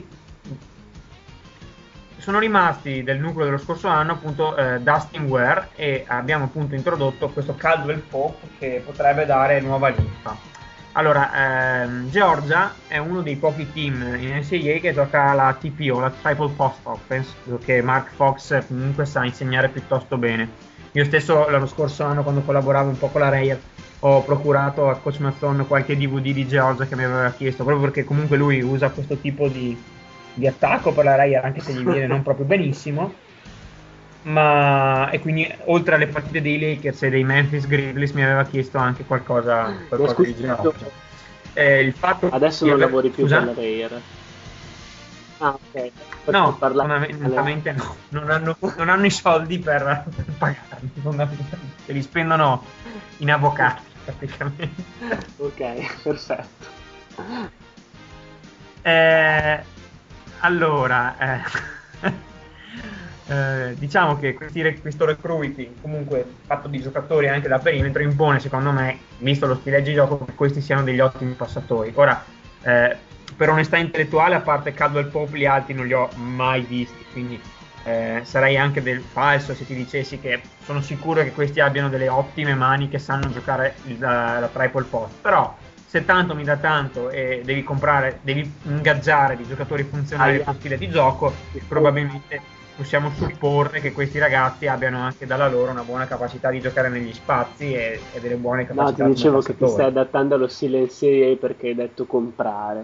Sono rimasti del nucleo dello scorso anno appunto Dustin Ware, e abbiamo appunto introdotto questo Caldwell Pope che potrebbe dare nuova linfa. Allora, Georgia è uno dei pochi team in NCAA che gioca la TPO, la Triple Post Offense, che Mark Fox comunque sa insegnare piuttosto bene. Io stesso l'anno scorso anno, quando collaboravo un po' con la Rail, ho procurato a Coach Mazzon qualche DVD di Georgia che mi aveva chiesto, proprio perché comunque lui usa questo tipo di attacco per la Rail, anche se gli viene non proprio benissimo. E quindi oltre alle partite dei Lakers e dei Memphis Grizzlies mi aveva chiesto anche qualcosa di Georgia. Il fatto adesso non lavori più per la Rail. Ah, ok. No, fondamentalmente no, non hanno i soldi per pagarmi, fondamentalmente li spendono in avvocati. praticamente. Ok, perfetto. Allora, diciamo che questo recruiting, comunque fatto di giocatori anche da perimetro, impone, secondo me, visto lo stile di gioco, che questi siano degli ottimi passatori. Ora, per onestà intellettuale, a parte Caldwell Pope, gli altri non li ho mai visti, quindi sarei anche del falso se ti dicessi che sono sicuro che questi abbiano delle ottime mani che sanno giocare la triple post. Però se tanto mi dà tanto e devi ingaggiare di giocatori funzionali con stile di gioco, probabilmente possiamo supporre che questi ragazzi abbiano anche dalla loro una buona capacità di giocare negli spazi e delle buone capacità. No, ti dicevo che ti stai adattando allo stile NCAA perché hai detto comprare.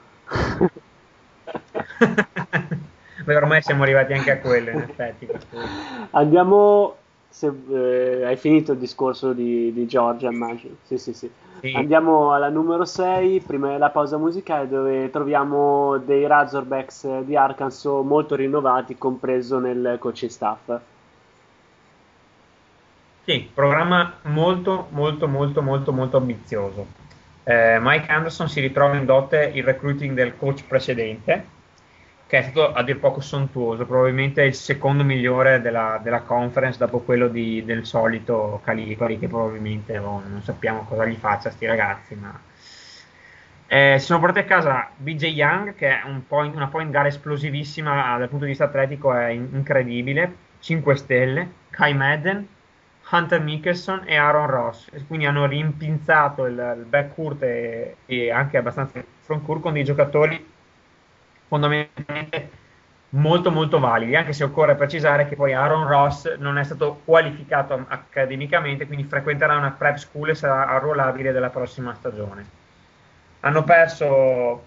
Beh, ormai siamo arrivati anche a quello, in effetti. Andiamo, se hai finito il discorso di Georgia, immagino. Sì. Andiamo alla numero 6, prima della pausa musicale, dove troviamo dei Razorbacks di Arkansas molto rinnovati, compreso nel coaching staff. Sì, programma molto ambizioso. Mike Anderson si ritrova in dote il recruiting del coach precedente, che è stato a dir poco sontuoso, probabilmente il secondo migliore della conference dopo quello del solito Calipari, che probabilmente non sappiamo cosa gli faccia a sti ragazzi, ma si sono portati a casa BJ Young, che è una point guard esplosivissima dal punto di vista atletico, è incredibile, 5 stelle, Kai Madden, Hunter Mickelson e Aaron Ross, quindi hanno rimpinzato il backcourt e anche abbastanza il frontcourt con dei giocatori fondamentalmente molto validi, anche se occorre precisare che poi Aaron Ross non è stato qualificato accademicamente, quindi frequenterà una prep school e sarà arruolabile della prossima stagione. Hanno perso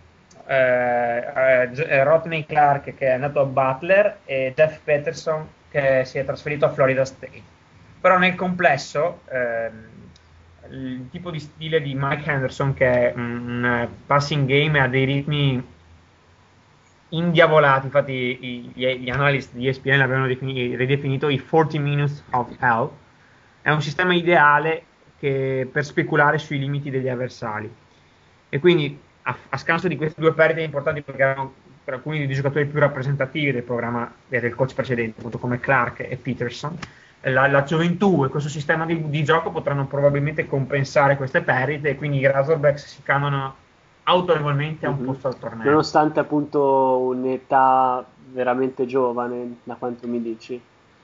Rodney Clark, che è andato a Butler, e Jeff Peterson, che si è trasferito a Florida State. Però nel complesso il tipo di stile di Mike Henderson, che è un passing game, ha dei ritmi indiavolati. Infatti gli analyst di ESPN l'avevano ridefinito i 40 minutes of hell. È un sistema ideale per speculare sui limiti degli avversari, e quindi a scanso di queste due perdite importanti, perché erano per alcuni dei giocatori più rappresentativi del programma del coach precedente, appunto come Clark e Peterson, la gioventù e questo sistema di gioco potranno probabilmente compensare queste perdite, e quindi i Razorbacks si candidano autorevolmente a un posto al torneo. Nonostante appunto un'età veramente giovane, da quanto mi dici.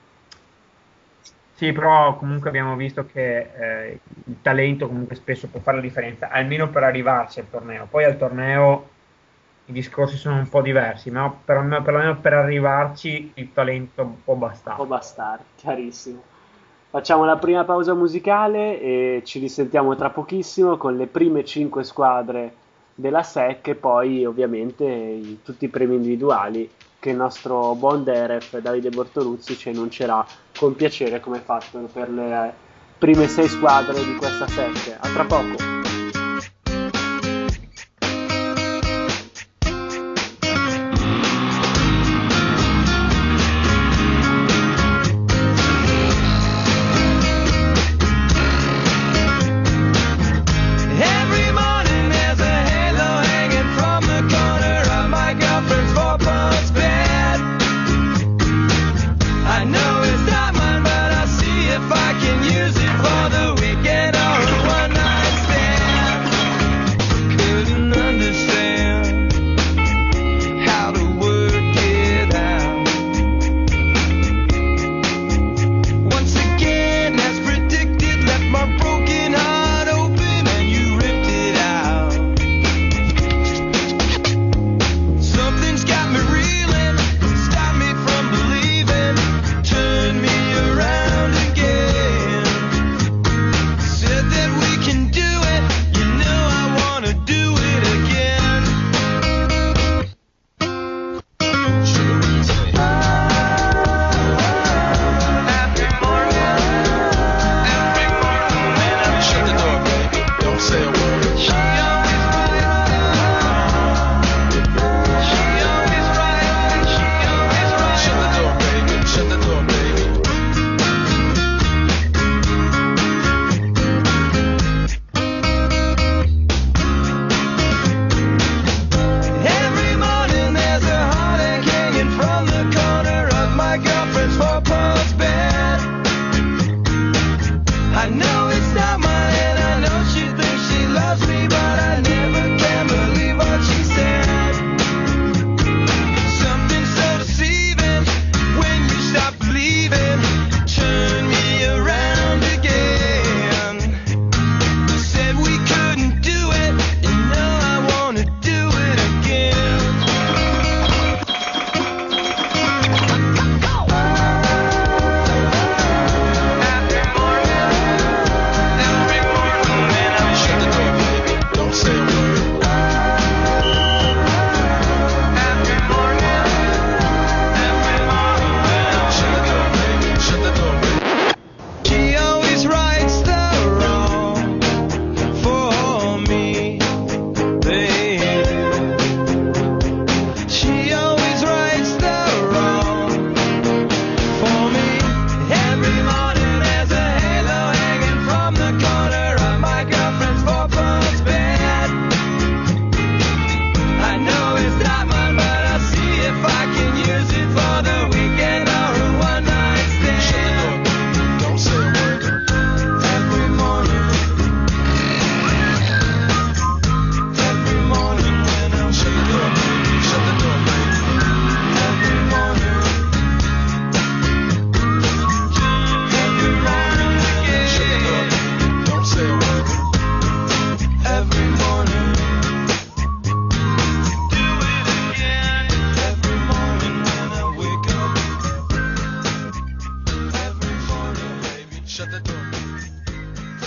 Sì, però comunque abbiamo visto che il talento comunque spesso può fare la differenza, almeno per arrivarsi al torneo. Poi al torneo i discorsi sono un po' diversi, ma perlomeno per arrivarci il talento può bastare. Può bastare, chiarissimo. Facciamo la prima pausa musicale e ci risentiamo tra pochissimo con le prime 5 squadre della SEC, e poi ovviamente tutti i premi individuali che il nostro buon Deref Davide Bortoluzzi ci annuncerà con piacere, come fatto per le prime 6 squadre di questa SEC. A tra poco. I know it's not mine, but I'll see if I can use it for the weekend or a one-night stand.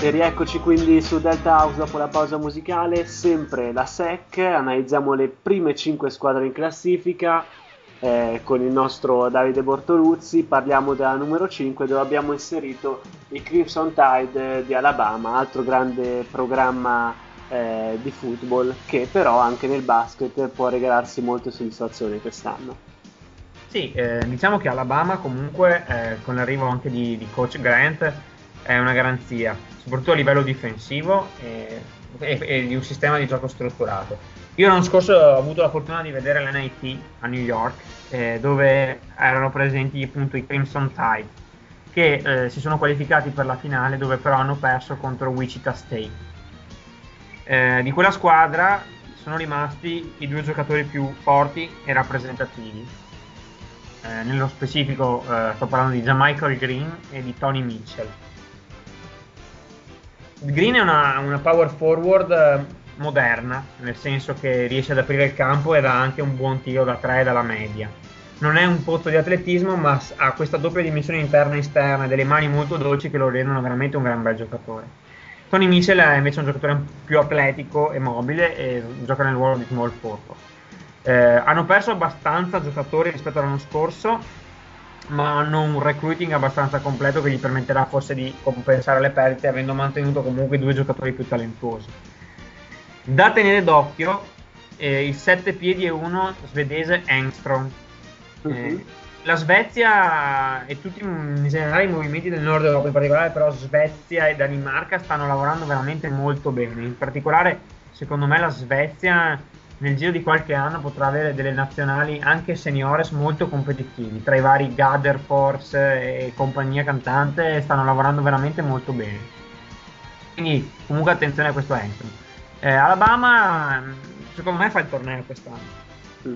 E rieccoci quindi su Delta House dopo la pausa musicale, sempre la SEC, analizziamo le prime 5 squadre in classifica con il nostro Davide Bortoluzzi, parliamo della numero 5 dove abbiamo inserito i Crimson Tide di Alabama, altro grande programma di football che però anche nel basket può regalarsi molte soddisfazioni quest'anno. Sì, diciamo che Alabama comunque con l'arrivo anche di Coach Grant è una garanzia, soprattutto a livello difensivo e di un sistema di gioco strutturato. Io l'anno scorso ho avuto la fortuna di vedere l'NIT a New York, dove erano presenti appunto i Crimson Tide, che si sono qualificati per la finale, dove però hanno perso contro Wichita State. Di quella squadra sono rimasti i 2 giocatori più forti e rappresentativi. Nello specifico sto parlando di JaMychal Green e di Tony Mitchell. Green è una power forward moderna, nel senso che riesce ad aprire il campo ed ha anche un buon tiro da 3 dalla media. Non è un pozzo di atletismo, ma ha questa doppia dimensione interna e esterna e delle mani molto dolci che lo rendono veramente un gran bel giocatore. Tony Mitchell è invece un giocatore più atletico e mobile e gioca nel ruolo di small forward. Hanno perso abbastanza giocatori rispetto all'anno scorso, ma hanno un recruiting abbastanza completo che gli permetterà forse di compensare le perdite, avendo mantenuto comunque 2 giocatori più talentuosi. Da tenere d'occhio il 7 piedi e 1 svedese Engström. La Svezia e tutti in generale i movimenti del nord Europa, in particolare però Svezia e Danimarca, stanno lavorando veramente molto bene. In particolare secondo me la Svezia nel giro di qualche anno potrà avere delle nazionali anche seniores molto competitivi, tra i vari Gaderfors e compagnia cantante stanno lavorando veramente molto bene, quindi comunque attenzione a questo Engström. Alabama secondo me fa il torneo quest'anno.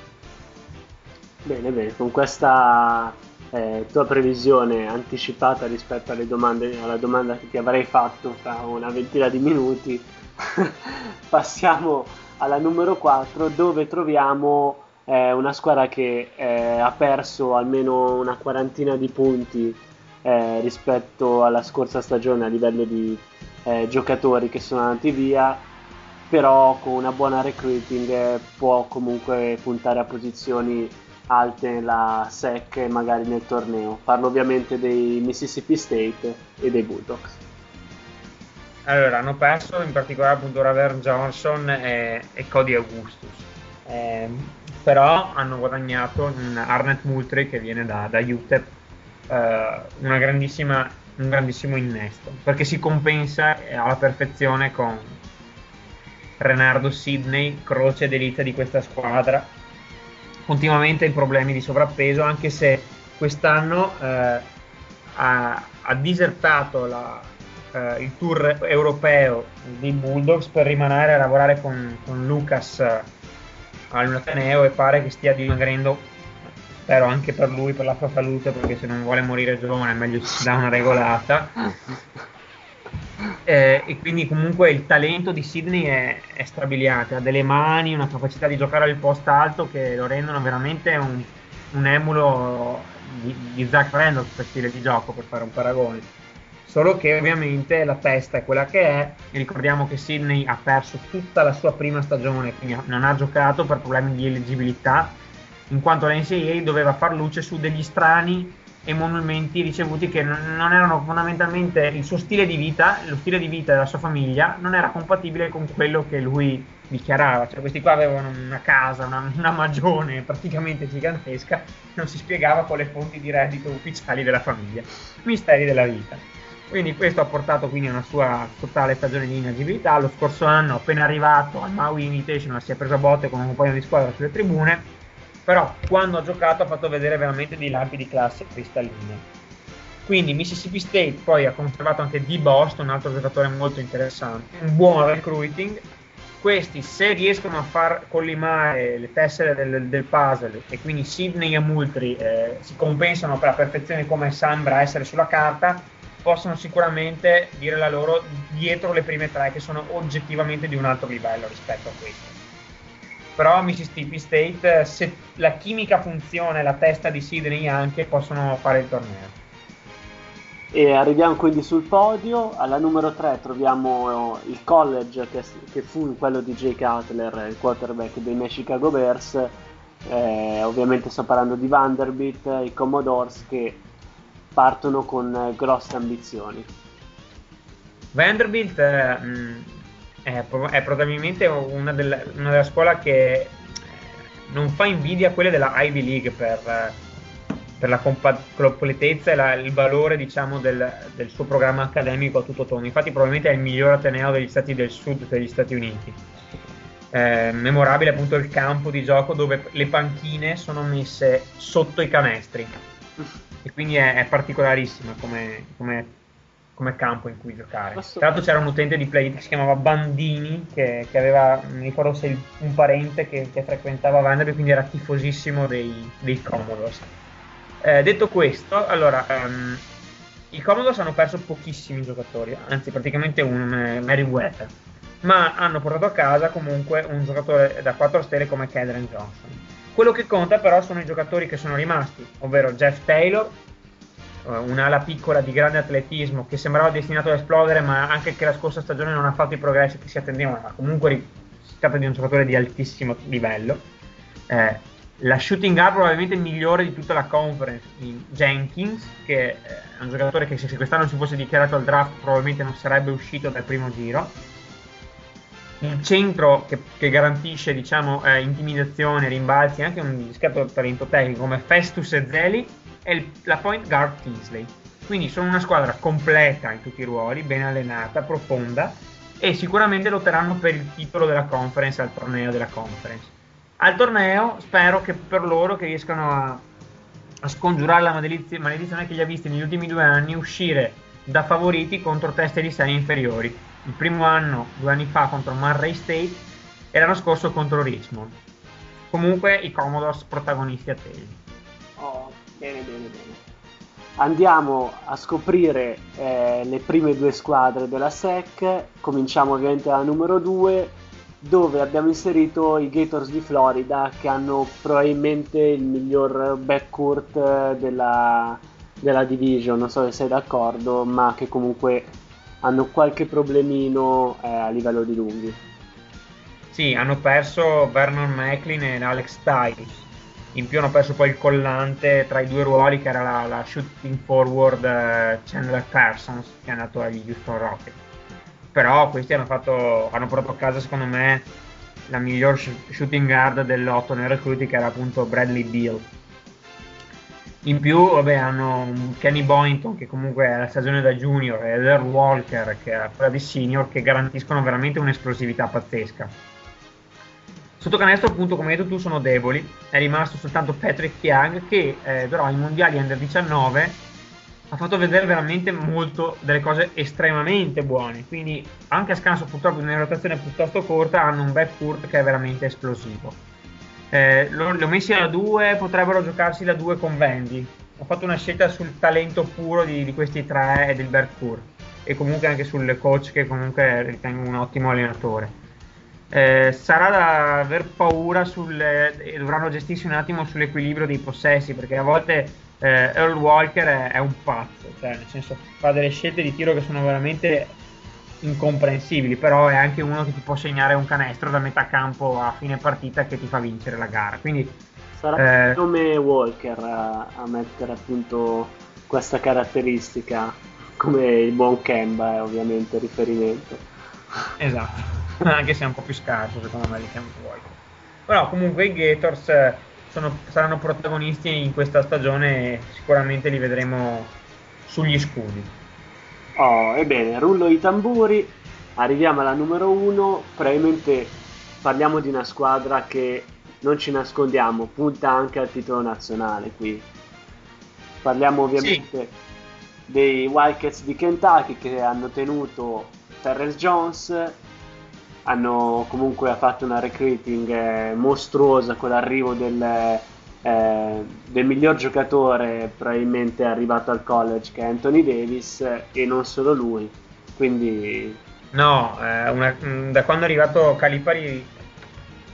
Bene, con questa tua previsione anticipata rispetto alla domanda che ti avrei fatto fra una ventina di minuti passiamo alla numero 4, dove troviamo una squadra che ha perso almeno una quarantina di punti rispetto alla scorsa stagione a livello di giocatori che sono andati via, però con una buona recruiting può comunque puntare a posizioni alte nella SEC e magari nel torneo. Parlo ovviamente dei Mississippi State e dei Bulldogs. Allora, hanno perso in particolare appunto Raver Johnson e Cody Augustus, però hanno guadagnato Arnett Moultrie che viene da UTEP, un grandissimo innesto, perché si compensa alla perfezione con Renardo Sidney, croce d'elite di questa squadra, continuamente in problemi di sovrappeso, anche se quest'anno ha disertato il tour europeo dei Bulldogs per rimanere a lavorare con Lucas all'Ateneo, e pare che stia dimagrendo, spero anche per lui, per la sua salute, perché se non vuole morire giovane è meglio si dà una regolata. E quindi comunque il talento di Sidney è strabiliante, ha delle mani, una capacità di giocare al post alto che lo rendono veramente un emulo di Zach Randolph per stile di gioco, per fare un paragone, solo che ovviamente la testa è quella che è, e ricordiamo che Sidney ha perso tutta la sua prima stagione, quindi non ha giocato per problemi di eleggibilità, in quanto l'NCAA doveva far luce su degli strani emolumenti ricevuti che non erano fondamentalmente il suo stile di vita, lo stile di vita della sua famiglia non era compatibile con quello che lui dichiarava. Cioè questi qua avevano una casa, una magione praticamente gigantesca, non si spiegava con le fonti di reddito ufficiali della famiglia, misteri della vita. Quindi questo ha portato quindi a una sua totale stagione di inagibilità. Lo scorso anno, appena arrivato al Maui Invitational, si è preso a botte con un compagno di squadra sulle tribune, però quando ha giocato ha fatto vedere veramente dei lampi di classe cristalline. Quindi Mississippi State poi ha conservato anche D. Boston, un altro giocatore molto interessante, un buon recruiting. Questi, se riescono a far collimare le tessere del puzzle, e quindi Sidney e Moultrie si compensano per la perfezione come sembra essere sulla carta, possono sicuramente dire la loro dietro le prime 3, che sono oggettivamente di un alto livello rispetto a questo. Però Mississippi State, se la chimica funziona e la testa di Sidney anche, possono fare il torneo. E arriviamo quindi sul podio. Alla numero 3 troviamo il college che fu quello di Jay Cutler, il quarterback dei miei Chicago Bears. Ovviamente sto parlando di Vanderbilt, i Commodores che partono con grosse ambizioni. Vanderbilt è probabilmente una della scuola che non fa invidia a quelle della Ivy League per la completezza e il valore, diciamo, del suo programma accademico a tutto tondo. Infatti probabilmente è il miglior ateneo degli stati del sud degli Stati Uniti. Memorabile appunto il campo di gioco dove le panchine sono messe sotto i canestri e quindi è particolarissima come campo in cui giocare. Tra l'altro c'era un utente di Play che si chiamava Bandini che aveva, non mi ricordo se un parente che frequentava Vanderbilt, quindi era tifosissimo dei Commodores. Detto questo, allora i Commodores hanno perso pochissimi giocatori, anzi praticamente un Meriwether, ma hanno portato a casa comunque un giocatore da 4 stelle come Kendrick Johnson. Quello che conta però sono i giocatori che sono rimasti, ovvero Jeff Taylor, un'ala piccola di grande atletismo che sembrava destinato ad esplodere, ma anche che la scorsa stagione non ha fatto i progressi che si attendevano, ma comunque si tratta di un giocatore di altissimo livello. La shooting guard probabilmente migliore di tutta la conference, Jenkins, che è un giocatore che se quest'anno si fosse dichiarato al draft probabilmente non sarebbe uscito dal primo giro. Il centro che garantisce, diciamo, intimidazione, rimbalzi e anche un discreto talento tecnico come Festus Ezeli, e la point guard Teasley. Quindi sono una squadra completa in tutti i ruoli, ben allenata, profonda, e sicuramente lotteranno per il titolo della conference al torneo della conference. Al torneo spero che per loro che riescano a scongiurare la maledizione che li ha visti negli ultimi 2 anni uscire da favoriti contro teste di serie inferiori. Il primo anno 2 anni fa contro Murray State e l'anno scorso contro Richmond. Comunque i Commodores protagonisti attesi. Bene. Andiamo a scoprire le prime 2 squadre della SEC. Cominciamo ovviamente dalla numero 2, dove abbiamo inserito i Gators di Florida, che hanno probabilmente il miglior backcourt della division. Non so se sei d'accordo, ma che comunque hanno qualche problemino a livello di lunghi. Sì, hanno perso Vernon Macklin e Alex Stiles. In più hanno perso poi il collante tra i 2 ruoli, che era la shooting forward Chandler Parsons, che è andato agli Houston Rockets. Però questi hanno portato a casa, secondo me, la miglior shooting guard dell'8 nel recruiting, che era appunto Bradley Beal. In più, vabbè, hanno un Kenny Boynton, che comunque è la stagione da junior, e Earl Walker, che è quella di senior, che garantiscono veramente un'esplosività pazzesca. Sotto canestro, appunto, come hai detto tu, sono deboli. È rimasto soltanto Patrick Young, che però ai mondiali under 19 ha fatto vedere veramente molto delle cose estremamente buone. Quindi anche a scanso, purtroppo, in una rotazione piuttosto corta, hanno un backcourt che è veramente esplosivo. L'ho messi alla 2, potrebbero giocarsi la 2 con Vandy. Ho fatto una scelta sul talento puro di questi 3 e del backcourt, e comunque anche sul coach, che comunque ritengo un ottimo allenatore. Sarà da aver paura e dovranno gestirsi un attimo sull'equilibrio dei possessi, perché a volte Earl Walker è un pazzo, cioè nel senso fa delle scelte di tiro che sono veramente incomprensibili, però è anche uno che ti può segnare un canestro da metà campo a fine partita che ti fa vincere la gara. Quindi sarà come Walker a mettere appunto questa caratteristica, come il buon Kemba è ovviamente riferimento. Esatto. Anche se è un po' più scarso secondo me di Kemba Walker. Però comunque i Gators saranno protagonisti in questa stagione e sicuramente li vedremo sugli scudi. Ebbene, rullo i tamburi, arriviamo alla numero 1. Probabilmente parliamo di una squadra che, non ci nascondiamo, punta anche al titolo nazionale qui. Parliamo ovviamente dei Wildcats di Kentucky, che hanno tenuto Terrence Jones. Hanno comunque fatto una recruiting mostruosa con l'arrivo del miglior giocatore probabilmente arrivato al college, che è Anthony Davis, e non solo lui. Quindi da quando è arrivato Calipari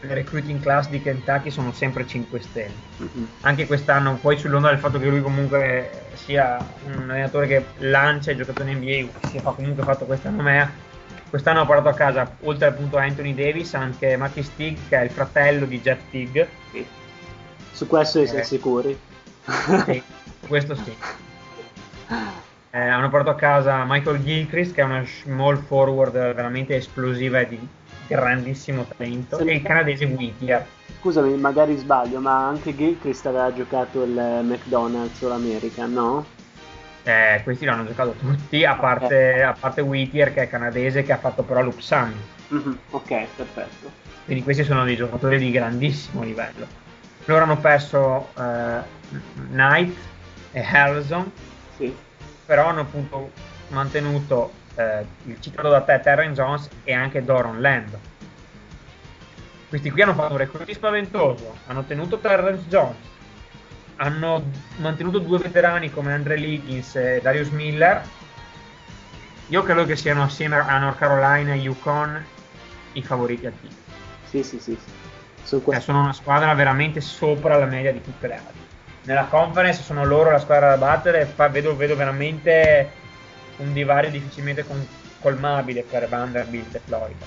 le recruiting class di Kentucky sono sempre 5 stelle. Anche quest'anno, poi sull'onda del fatto che lui comunque sia un allenatore che lancia i giocatori in NBA, si è comunque fatto questa nomea. Quest'anno ha portato a casa, oltre appunto a Anthony Davis, anche Matty Stigg, che è il fratello di Jeff Teague. Sì. Su questo siamo sicuri? Sì, questo sì. Hanno portato a casa Michael Gilchrist, che è una small forward veramente esplosiva e di grandissimo talento, e il canadese Whittier. Scusami, magari sbaglio, ma anche Gilchrist aveva giocato il McDonald's o l'American, no? Questi l'hanno giocato tutti, a parte Whittier, che è canadese, che ha fatto però l'Upsami. Ok, perfetto. Quindi questi sono dei giocatori di grandissimo livello. Loro hanno perso Knight e Harrison, sì, però hanno appunto mantenuto il citato da te Terrence Jones e anche Doron Lamb. Questi qui hanno fatto un recruiting spaventoso, hanno tenuto Terrence Jones, hanno mantenuto 2 veterani come Andre Liggins e Darius Miller. Io credo che siano, assieme a North Carolina e UConn, i favoriti al titolo. Sì. Sono una squadra veramente sopra la media di tutte le altre. Nella conference sono loro la squadra da battere, vedo veramente un divario difficilmente colmabile per Vanderbilt e Florida.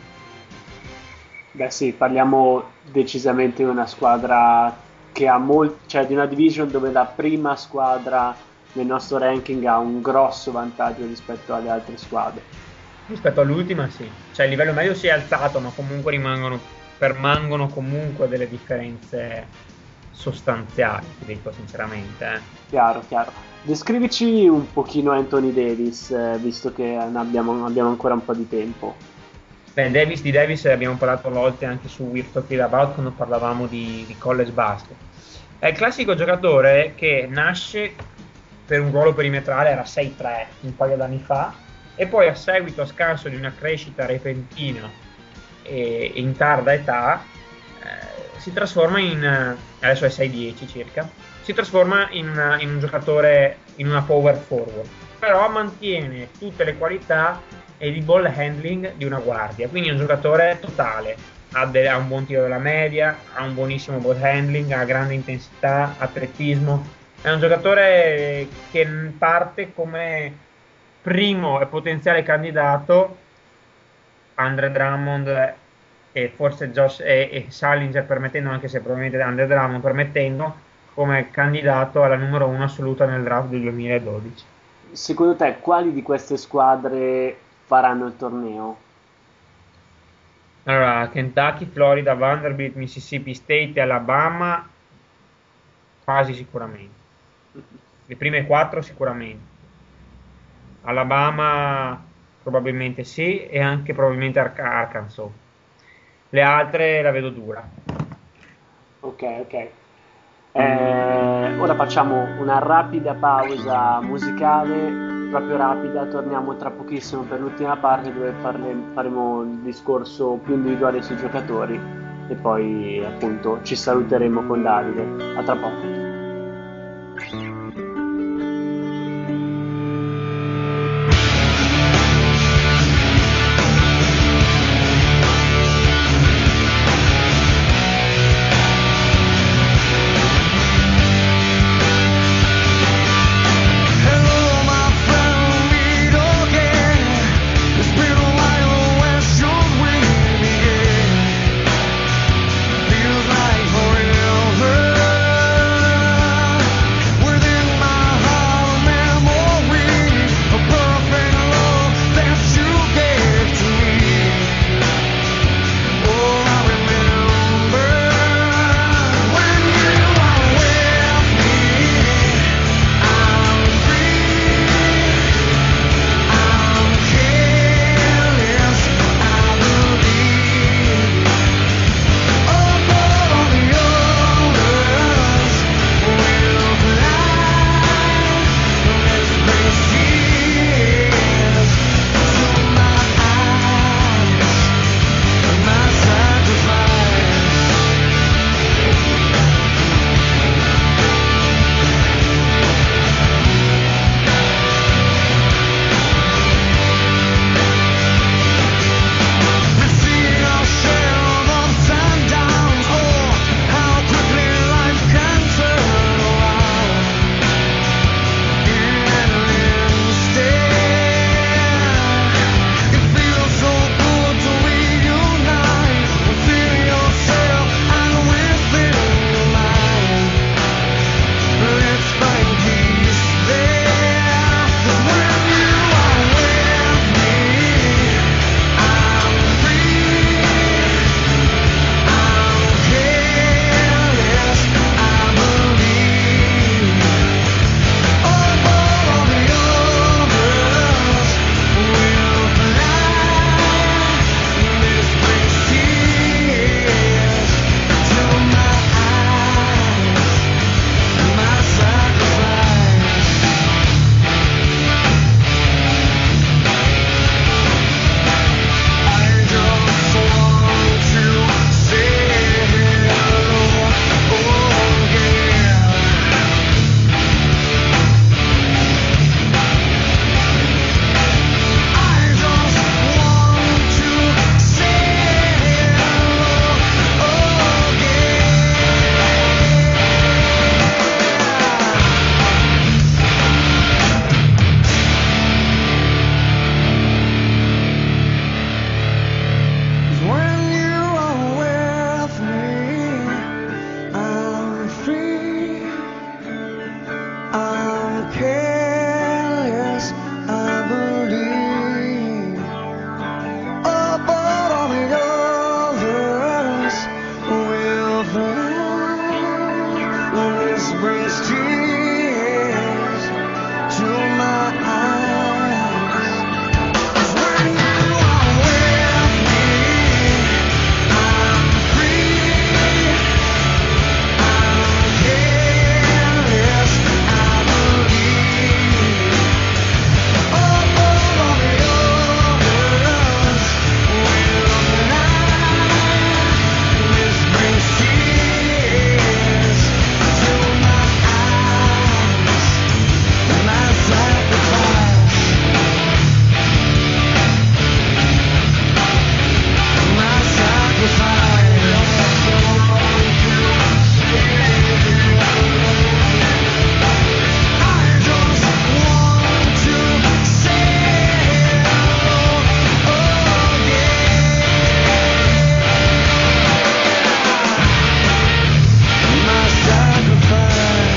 Beh sì, parliamo decisamente di una squadra che ha cioè di una division dove la prima squadra nel nostro ranking ha un grosso vantaggio rispetto alle altre squadre. Rispetto all'ultima sì, cioè il livello medio si è alzato, ma comunque permangono comunque delle differenze sostanziali, ti dico sinceramente. Chiaro. Descrivici un pochino Anthony Davis, visto che abbiamo ancora un po' di tempo. Beh, di Davis abbiamo parlato a volte anche su We're Talking About quando parlavamo di college basket. È il classico giocatore che nasce per un ruolo perimetrale, era 6'3" un paio d'anni fa, e poi a scanso di una crescita repentina e in tarda età si trasforma adesso è 6'10" circa, si trasforma in un giocatore, in una power forward, però mantiene tutte le qualità e di ball handling di una guardia, quindi è un giocatore totale, ha un buon tiro della media, ha un buonissimo ball handling, ha grande intensità, atletismo, è un giocatore che parte come primo e potenziale candidato Andre Drummond e forse Josh e Salinger permettendo, anche se probabilmente Andre Drummond permettendo, come candidato alla numero 1 assoluta nel draft del 2012. Secondo te quali di queste squadre faranno il torneo? Allora, Kentucky, Florida, Vanderbilt, Mississippi State e Alabama quasi sicuramente. Le prime 4 sicuramente. Alabama probabilmente sì, e anche probabilmente Arkansas. Le altre la vedo dura. Ok. Ora facciamo una rapida pausa musicale, proprio rapida, torniamo tra pochissimo per l'ultima parte dove faremo il discorso più individuale sui giocatori e poi appunto ci saluteremo con Davide. A tra poco. Feels like forever. When this brings tears to my eyes, 'cause when you are with me, I'm free, I'm careless, I believe. Oh, yours will night. This brings tears to my eyes, my sacrifice, my sacrifice. I just want to say hello again. My sacrifice.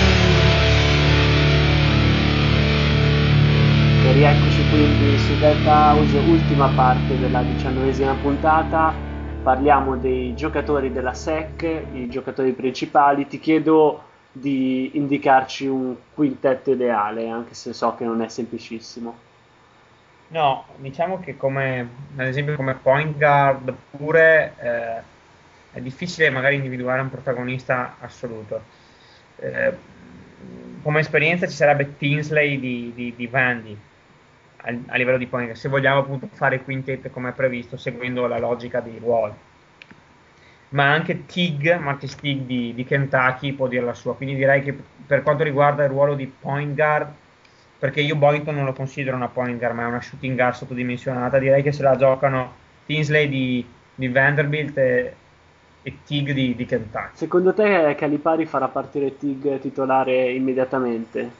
E rieccoci quindi su Delta House, ultima parte della 19esima puntata. Parliamo dei giocatori della SEC, i giocatori principali. Ti chiedo di indicarci un quintetto ideale, anche se so che non è semplicissimo. No, diciamo che come, ad esempio come point guard pure è difficile magari individuare un protagonista assoluto. Come esperienza ci sarebbe Tinsley di Vandy a livello di point guard, se vogliamo appunto fare quintetto come è previsto seguendo la logica dei ruoli. Ma anche Marcus Teague di Kentucky può dire la sua, quindi direi che per quanto riguarda il ruolo di point guard, perché io Boynton non lo considero una point guard ma è una shooting guard sottodimensionata, direi che se la giocano Tinsley di Vanderbilt e Teague di Kentucky. Secondo te Calipari farà partire Tig titolare immediatamente?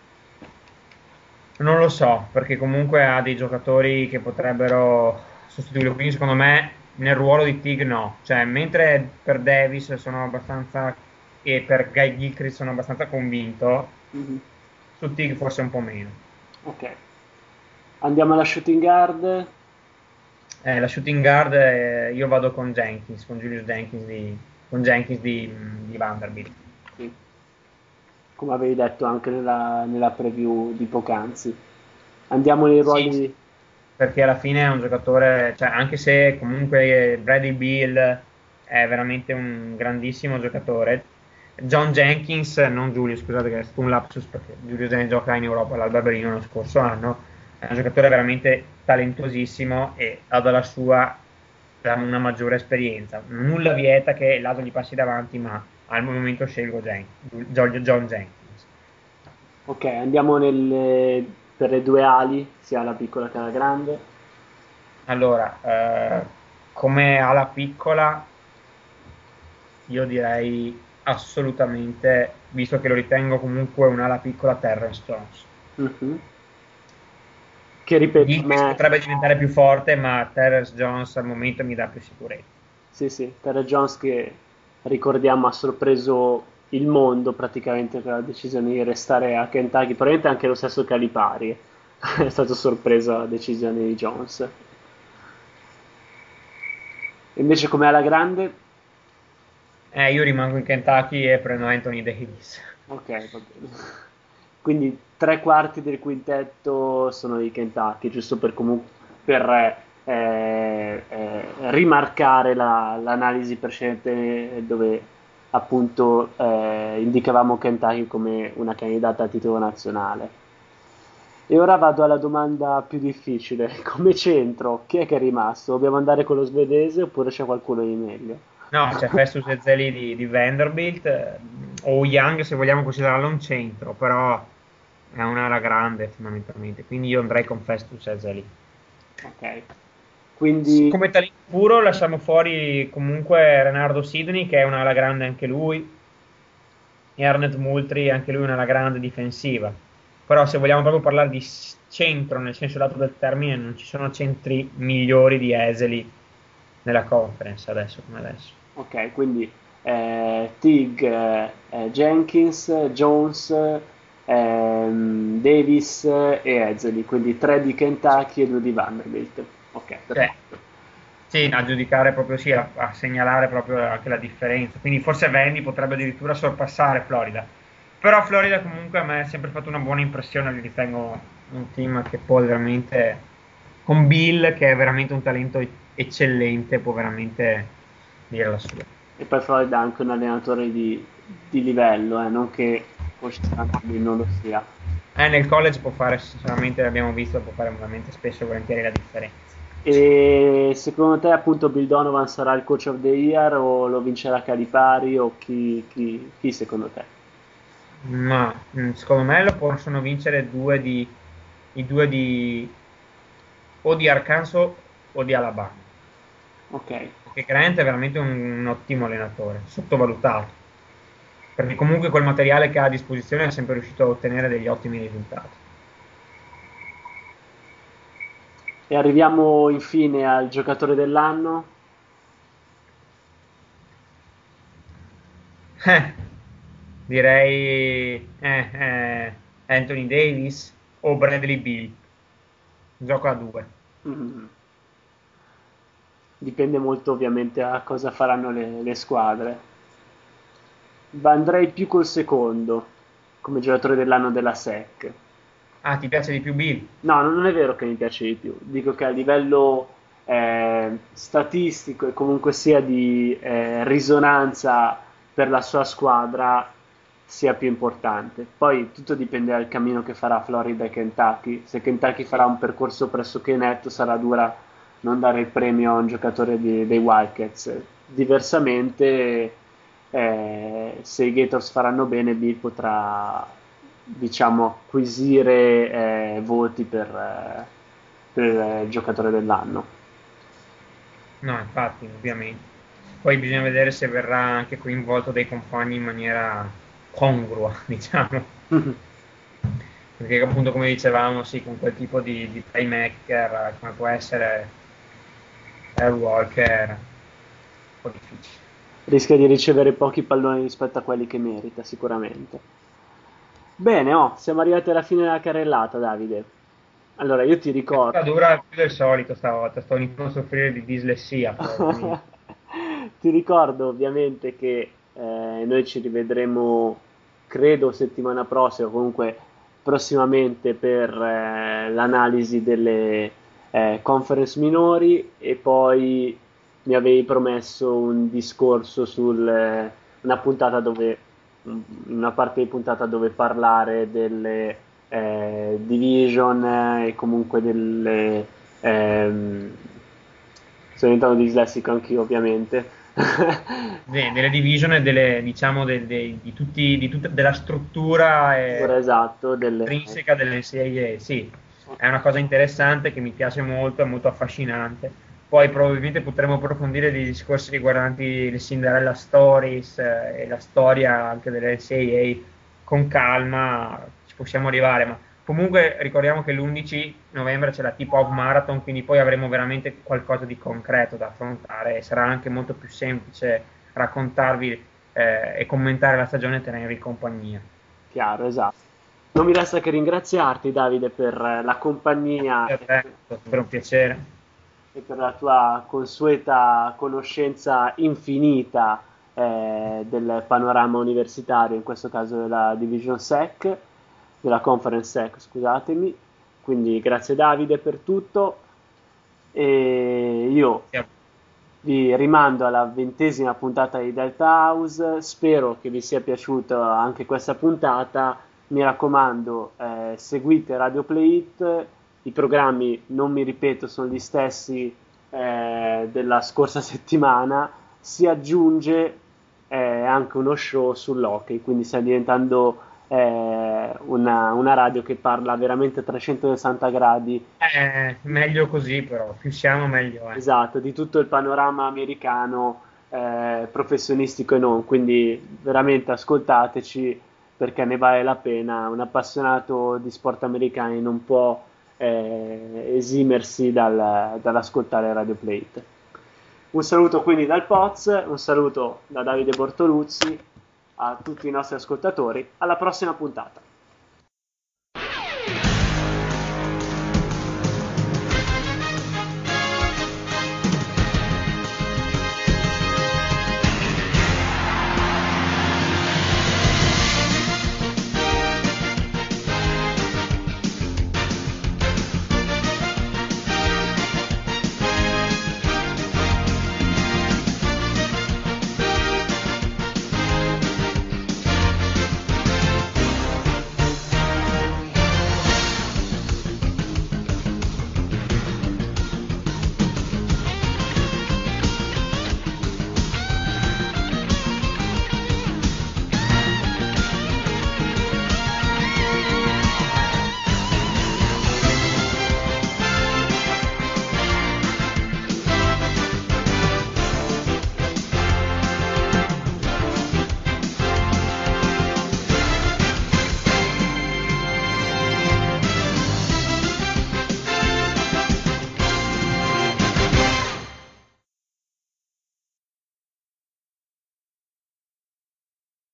Non lo so, perché comunque ha dei giocatori che potrebbero sostituirlo, quindi secondo me nel ruolo di Tig no, cioè mentre per Davis sono abbastanza e per Guy Gilchrist sono abbastanza convinto, su Tig forse un po' meno. Ok. Andiamo alla shooting guard. La shooting guard io vado con Jenkins, con Julius Jenkins di Vanderbilt. Sì. Come avevi detto anche nella preview di poc'anzi. Andiamo nei ruoli. Sì, perché alla fine è un giocatore, cioè anche se comunque Bradley Beal è veramente un grandissimo giocatore, John Jenkins, non Julius, scusate che è stato un lapsus perché Julius ne gioca in Europa all'Alba Berlino lo scorso anno, è un giocatore veramente talentuosissimo e ha dalla sua una maggiore esperienza. Nulla vieta che l'altro gli passi davanti, ma al momento scelgo John Jenkins. Ok, andiamo per le due ali, sia la piccola che la grande. Allora, come ala piccola, io direi assolutamente, visto che lo ritengo comunque un'ala piccola, Terrence Jones. Che ripeto, potrebbe diventare più forte, ma Terrence Jones al momento mi dà più sicurezza. Sì, Terrence Jones che ricordiamo ha sorpreso il mondo praticamente per la decisione di restare a Kentucky, probabilmente anche lo stesso Calipari è stato sorpreso dalla decisione di Jones. Invece come alla grande? Io rimango in Kentucky e prendo Anthony Davis. Ok, va bene. Quindi 3/4 del quintetto sono di Kentucky, giusto per rimarcare l'analisi precedente dove appunto indicavamo Kentucky come una candidata a titolo nazionale. E ora vado alla domanda più difficile: come centro chi è che è rimasto? Dobbiamo andare con lo svedese oppure c'è qualcuno di meglio? No, c'è Festus Ezeli di Vanderbilt, o Young se vogliamo considerarlo un centro, però è un'ala grande fondamentalmente, quindi io andrei con Festus Ezeli. Ok, quindi come talento puro lasciamo fuori comunque Renardo Sidney, che è un'ala grande anche lui, e Arnett Moultrie, anche lui un'ala grande difensiva. Però se vogliamo proprio parlare di centro nel senso lato del termine, non ci sono centri migliori di Ezeli nella conference adesso come adesso. Ok, quindi Tig, Jenkins, Jones, Davis e Ezeli, quindi 3 di Kentucky e 2 di Vanderbilt. Ok, perfetto. Sì, a giudicare proprio, sì, a segnalare proprio anche la differenza. Quindi forse Vandy potrebbe addirittura sorpassare Florida. Però Florida comunque a me ha sempre fatto una buona impressione, li ritengo un team che può veramente, con Bill che è veramente un talento eccellente, può veramente dire la sua. E poi Florida è anche un allenatore di livello, non che Coach Stanley non lo sia. Nel college può fare, sinceramente l'abbiamo visto, può fare veramente spesso e volentieri la differenza. E secondo te appunto Bill Donovan sarà il coach of the year o lo vincerà Calipari o chi secondo te? Ma secondo me lo possono vincere i due di o di Arkansas o di Alabama. Ok. Perché Grant è veramente un ottimo allenatore, sottovalutato. Perché comunque col materiale che ha a disposizione è sempre riuscito a ottenere degli ottimi risultati. E arriviamo infine al giocatore dell'anno. Direi Anthony Davis o Bradley Beal. Gioco a 2. Dipende molto ovviamente a cosa faranno le squadre. Andrei più col secondo come giocatore dell'anno della SEC. Ah, ti piace di più Bill? No, non è vero che mi piace di più. Dico che a livello statistico e comunque sia di risonanza per la sua squadra sia più importante. Poi tutto dipende dal cammino che farà Florida e Kentucky. Se Kentucky farà un percorso pressoché netto, sarà dura non dare il premio a un giocatore dei Wildcats. Diversamente, se i Gators faranno bene, Bill potrà, diciamo, acquisire voti per il giocatore dell'anno. No, infatti, ovviamente. Poi bisogna vedere se verrà anche coinvolto dai compagni in maniera congrua, diciamo. Perché appunto, come dicevamo, sì, con quel tipo di playmaker come può essere Walker, un po' difficile. Rischia di ricevere pochi palloni rispetto a quelli che merita, sicuramente. Bene, siamo arrivati alla fine della carrellata, Davide. Allora, io ti ricordo... Dura più del solito stavolta, sto iniziando a soffrire di dislessia. Ti ricordo ovviamente che noi ci rivedremo, credo, settimana prossima, comunque prossimamente per l'analisi delle conference minori, e poi mi avevi promesso un discorso una puntata dove, una parte di puntata dove parlare delle division e comunque delle sono diventato dislessico anch'io ovviamente delle division e delle, diciamo, di tutta della struttura esatto, intrinseca dell'NCAA. Sì, è una cosa interessante che mi piace molto, è molto affascinante. Poi probabilmente potremo approfondire dei discorsi riguardanti le Cinderella Stories e la storia anche dell'NCAA con calma, ci possiamo arrivare, ma comunque ricordiamo che l'11 novembre c'è la Tip-Off Marathon, quindi poi avremo veramente qualcosa di concreto da affrontare e sarà anche molto più semplice raccontarvi e commentare la stagione e tenervi compagnia. Chiaro, esatto. Non mi resta che ringraziarti, Davide, per la compagnia. Per un piacere. E per la tua consueta conoscenza infinita del panorama universitario, in questo caso della Division SEC, della Conference SEC, scusatemi. Quindi grazie Davide per tutto, e io vi rimando alla 20ª puntata di Delta House. Spero che vi sia piaciuta anche questa puntata. Mi raccomando, seguite Radio Play It. I programmi, non mi ripeto, sono gli stessi della scorsa settimana. Si aggiunge anche uno show sull'hockey, quindi sta diventando una radio che parla veramente a 360 gradi. Meglio così, però, più siamo meglio. Esatto, di tutto il panorama americano, professionistico e non, quindi veramente ascoltateci perché ne vale la pena. Un appassionato di sport americani non può esimersi dall'ascoltare Radio Play It. Un saluto quindi dal Poz, un saluto da Davide Bortoluzzi a tutti i nostri ascoltatori. Alla prossima puntata.